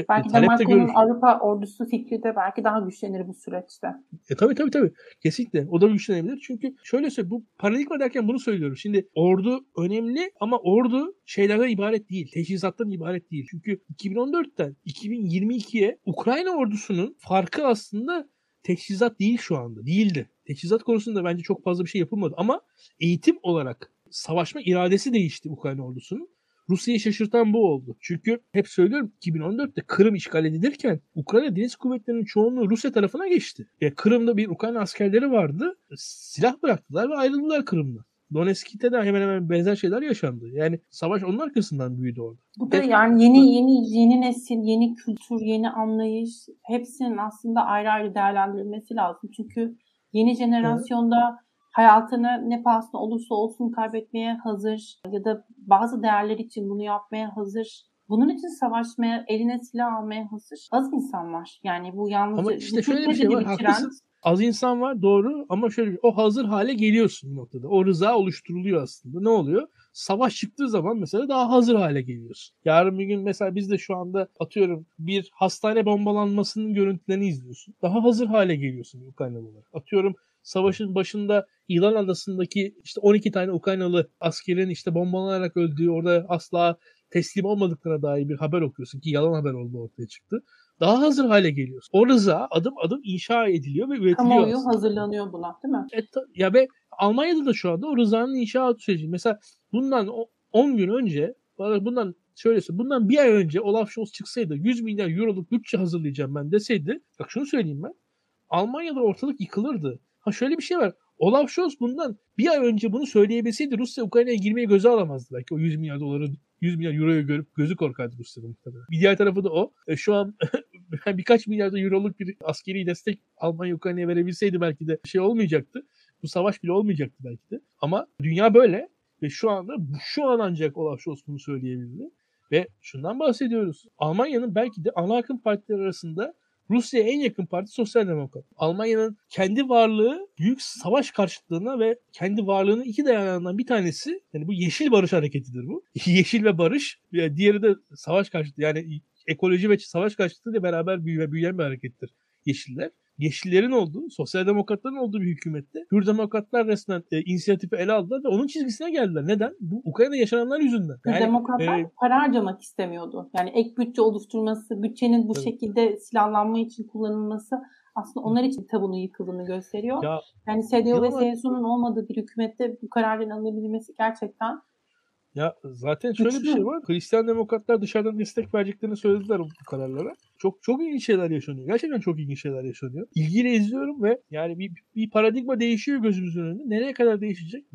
Ve belki de talep de Macron'un görür. Avrupa ordusu fikri de belki daha güçlenir bu süreçte. Tabii. Kesinlikle. O da güçlenebilir. Çünkü şöyle söyleyeyim. Bu paradigma derken bunu söylüyorum. Şimdi ordu önemli ama ordu şeylerden ibaret değil. Teçhizattan ibaret değil. Çünkü 2014'ten 2022'ye Ukrayna ordusunun farkı aslında teçhizat değil şu anda. Değildi. Teçhizat konusunda bence çok fazla bir şey yapılmadı. Ama eğitim olarak savaşma iradesi değişti Ukrayna ordusunun. Rusya'yı şaşırtan bu oldu. Çünkü hep söylüyorum 2014'te Kırım işgal edilirken Ukrayna Deniz Kuvvetleri'nin çoğunluğu Rusya tarafına geçti. Kırım'da bir Ukrayna askerleri vardı. Silah bıraktılar ve ayrıldılar Kırım'dan. Donetsk'te de hemen hemen benzer şeyler yaşandı. Yani savaş onun arkasından büyüdü orada. Bu da yani yeni nesil, yeni kültür, yeni anlayış hepsinin aslında ayrı ayrı değerlendirilmesi lazım. Çünkü yeni jenerasyonda hayatını ne pahasına olursa olsun kaybetmeye hazır ya da bazı değerler için bunu yapmaya hazır. Bunun için savaşmaya, eline silah almaya hazır. Az insan var. Yani bu yalnızca... Ama işte şöyle bir şey var, haklısın. Az insan var, doğru, ama şöyle o hazır hale geliyorsun bir noktada. O rıza oluşturuluyor aslında. Ne oluyor? Savaş çıktığı zaman mesela daha hazır hale geliyorsun. Yarın bir gün mesela biz de şu anda atıyorum bir hastane bombalanmasının görüntülerini izliyorsun. Daha hazır hale geliyorsun Ukraynalı olarak. Atıyorum savaşın başında İlan Adası'ndaki işte 12 tane Ukraynalı askerin işte bombalanarak öldüğü, orada asla teslim olmadıklarına dair bir haber okuyorsun ki yalan haber oldu, ortaya çıktı. Daha hazır hale geliyorsun. O rıza adım adım inşa ediliyor ve üretiliyor kamuoyu aslında. hazırlanıyor buna, değil mi? Ya ve Almanya'da da şu anda o rızanın inşa süreci. Mesela bundan 10 gün önce, bundan bir ay önce Olaf Scholz çıksaydı 100 milyar euroluk bütçe hazırlayacağım ben deseydi, bak şunu söyleyeyim ben, Almanya'da ortalık yıkılırdı. Şöyle bir şey var. Olaf Scholz bundan bir ay önce bunu söyleyebilseydi Rusya Ukrayna'ya girmeye göze alamazdı belki. O 100 milyar doları, 100 milyar euroyu görüp gözü korkardı Rusya'da muhtemelen. Bir diğer tarafı da o. Şu an birkaç milyar euroluk bir askeri destek Almanya Ukrayna'ya verebilseydi belki de şey olmayacaktı. Bu savaş bile olmayacaktı belki de. Ama dünya böyle ve şu an ancak Olaf Scholz bunu söyleyebildi. Ve şundan bahsediyoruz. Almanya'nın belki de ana akım partiler arasında Rusya'ya en yakın parti Sosyal Demokrat. Almanya'nın kendi varlığı büyük savaş karşıtlığına ve kendi varlığının iki dayanağından bir tanesi, yani bu Yeşil Barış Hareketi'dir bu. Yeşil ve barış, diğeri de savaş karşıtlığı, yani ekoloji ve savaş karşıtlığı ile beraber büyüyen bir harekettir Yeşiller. Yeşillerin olduğu, Sosyal Demokratların olduğu bir hükümette Hür Demokratlar resmen inisiyatifi ele aldılar ve onun çizgisine geldiler. Neden? Bu Ukrayna'da yaşananlar yüzünden. Yani, Demokratlar para harcamak istemiyordu. Yani ek bütçe oluşturması, bütçenin bu şekilde silahlanma için kullanılması aslında onlar için tabunun yıkıldığını gösteriyor. Yani CDU ve CSU'nun olmadığı bir hükümette bu kararın alınabilmesi gerçekten... Ya zaten şöyle bir şey var. Hristiyan demokratlar dışarıdan destek vereceklerini söylediler bu kararlara. Çok ilginç şeyler yaşanıyor. Gerçekten çok ilginç şeyler yaşanıyor. İlgiyle izliyorum ve yani bir paradigma değişiyor gözümüzün önünde. Nereye kadar değişecek?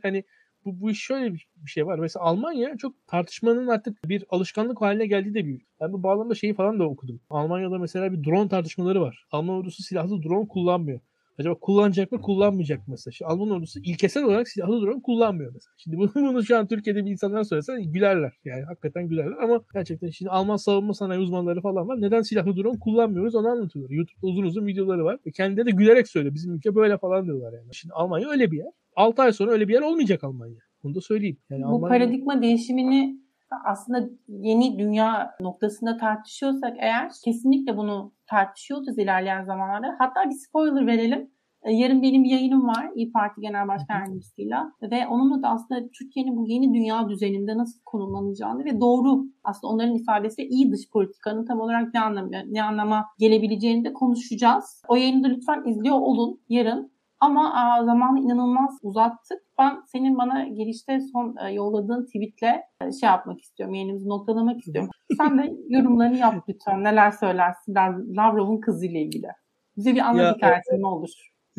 Bu iş şöyle bir şey var. Mesela Almanya çok tartışmanın artık bir alışkanlık haline geldiği de büyük. Ben bu bağlamda şeyi falan da okudum. Almanya'da mesela bir drone tartışmaları var. Alman ordusu silahlı drone kullanmıyor. Acaba kullanacak mı, kullanmayacak mı mesela? Şimdi Alman ordusu ilkesel olarak silahlı drone kullanmıyor mesela. Şimdi bunu şu an Türkiye'de bir insanlar söylesen gülerler. Yani hakikaten gülerler ama gerçekten şimdi Alman savunma sanayi uzmanları falan var. Neden silahlı drone kullanmıyoruz onu anlatıyorlar. YouTube'da uzun videoları var. Ve kendileri de gülerek söylüyor. Bizim ülke böyle falan diyorlar yani. Şimdi Almanya öyle bir yer. 6 ay sonra öyle bir yer olmayacak Almanya. Bunu da söyleyeyim. Yani bu paradigma değişimini aslında yeni dünya noktasında tartışıyorsak eğer kesinlikle bunu tartışıyoruz ilerleyen zamanlarda. Hatta bir spoiler verelim. Yarın benim bir yayınım var İYİ Parti Genel Başkan Yardımcısıyla ve onunla da aslında Türkiye'nin bu yeni dünya düzeninde nasıl konumlanacağını ve doğru aslında onların ifadesiyle iyi dış politikanın tam olarak ne anlama gelebileceğini de konuşacağız. O yayını da lütfen izliyor olun yarın. Ama zamanı inanılmaz uzattık. Ben senin bana girişte son yolladığın tweetle şey yapmak istiyorum. Yayınımızı noktalamak istiyorum. Sen de yorumlarını yap lütfen. Neler söylersin Lavrov'un kızıyla ilgili. Bize bir anlat hikayesini ne olur.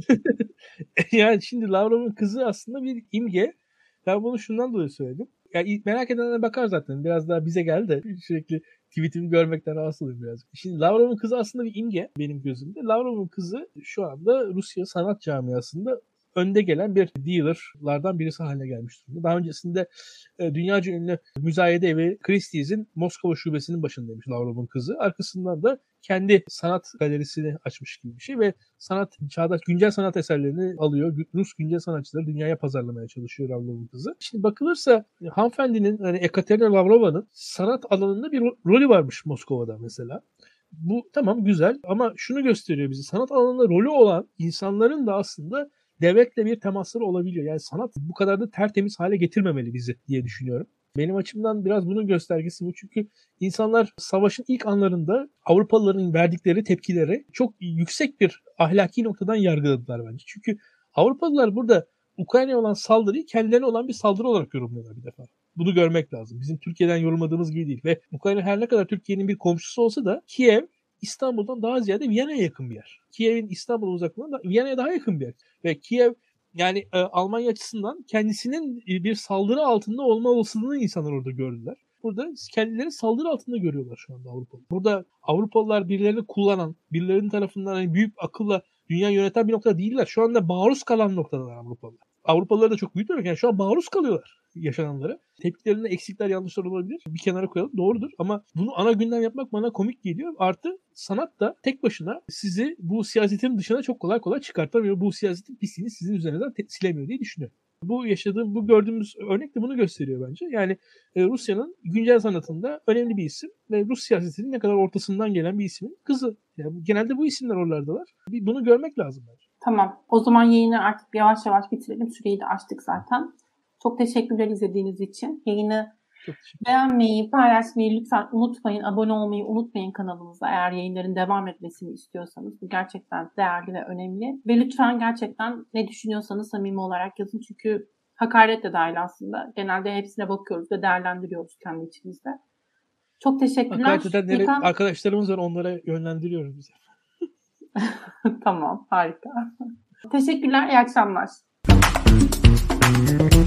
Yani şimdi Lavrov'un kızı aslında bir imge. Ben bunu şundan dolayı söyledim. Yani merak edenlere bakar zaten. Biraz daha bize geldi de sürekli tweetimi görmekten rahatsız oluyorum biraz. Şimdi Lavrov'un kızı aslında bir imge benim gözümde. Lavrov'un kızı şu anda Rusya sanat camiasında önde gelen bir dealerlardan birisi haline gelmiş durumda. Daha öncesinde dünyaca ünlü müzayede evi Christie's'in Moskova şubesinin başındaymış Lavrov'un kızı. Arkasından da kendi sanat galerisini açmış gibi bir şey ve çağdaş güncel sanat eserlerini alıyor. Rus güncel sanatçıları dünyaya pazarlamaya çalışıyor Lavrov'un kızı. Şimdi bakılırsa hanımefendinin hani Ekaterina Lavrova'nın sanat alanında bir rolü varmış Moskova'da mesela. Bu tamam güzel ama şunu gösteriyor bize. Sanat alanında rolü olan insanların da aslında devletle bir temasları olabiliyor. Yani sanat bu kadar da tertemiz hale getirmemeli bizi diye düşünüyorum. Benim açımdan biraz bunun göstergesi bu. Çünkü insanlar savaşın ilk anlarında Avrupalıların verdikleri tepkileri çok yüksek bir ahlaki noktadan yargıladılar bence. Çünkü Avrupalılar burada Ukrayna'ya olan saldırıyı kendilerine olan bir saldırı olarak yorumluyorlar bir defa. Bunu görmek lazım. Bizim Türkiye'den yorumladığımız gibi değil. Ve Ukrayna her ne kadar Türkiye'nin bir komşusu olsa da Kiev İstanbul'dan daha ziyade Viyana'ya yakın bir yer. Kiev'in İstanbul uzaklığından da Viyana'ya daha yakın bir yer. Ve Kiev yani Almanya açısından kendisinin bir saldırı altında olma olasılığını insanlar orada gördüler. Burada kendilerini saldırı altında görüyorlar şu anda Avrupalı. Burada Avrupalılar birilerini kullanan, birilerinin tarafından hani büyük akılla dünya yöneten bir nokta değiller. Şu anda maruz kalan noktalar Avrupalılar. Avrupalılar da çok büyük demek. Yani şu an maruz kalıyorlar yaşananlara. Tepkilerinde eksikler, yanlışlar olabilir. Bir kenara koyalım. Doğrudur. Ama bunu ana gündem yapmak bana komik geliyor. Artı sanat da tek başına sizi bu siyasetin dışına çok kolay kolay çıkartamıyor. Bu siyasetin pisliğini sizin üzerinizden silemiyor diye düşünüyorum. Bu gördüğümüz örnek de bunu gösteriyor bence. Yani Rusya'nın güncel sanatında önemli bir isim ve Rus siyasetinin ne kadar ortasından gelen bir ismin kızı. Yani genelde bu isimler oralardalar. Bunu görmek lazım bence. Tamam. O zaman yayını artık yavaş yavaş bitirelim. Süreyi de açtık zaten. Çok teşekkürler izlediğiniz için. Yayını beğenmeyi, paylaşmayı lütfen unutmayın. Abone olmayı unutmayın kanalımıza eğer yayınların devam etmesini istiyorsanız. Bu gerçekten değerli ve önemli. Ve lütfen gerçekten ne düşünüyorsanız samimi olarak yazın. Çünkü hakaret de dahil aslında. Genelde hepsine bakıyoruz ve değerlendiriyoruz kendi içimizde. Çok teşekkürler. Hakaret edenleri arkadaşlarımız var, onlara yönlendiriyoruz bize. Tamam, harika. Teşekkürler, iyi akşamlar.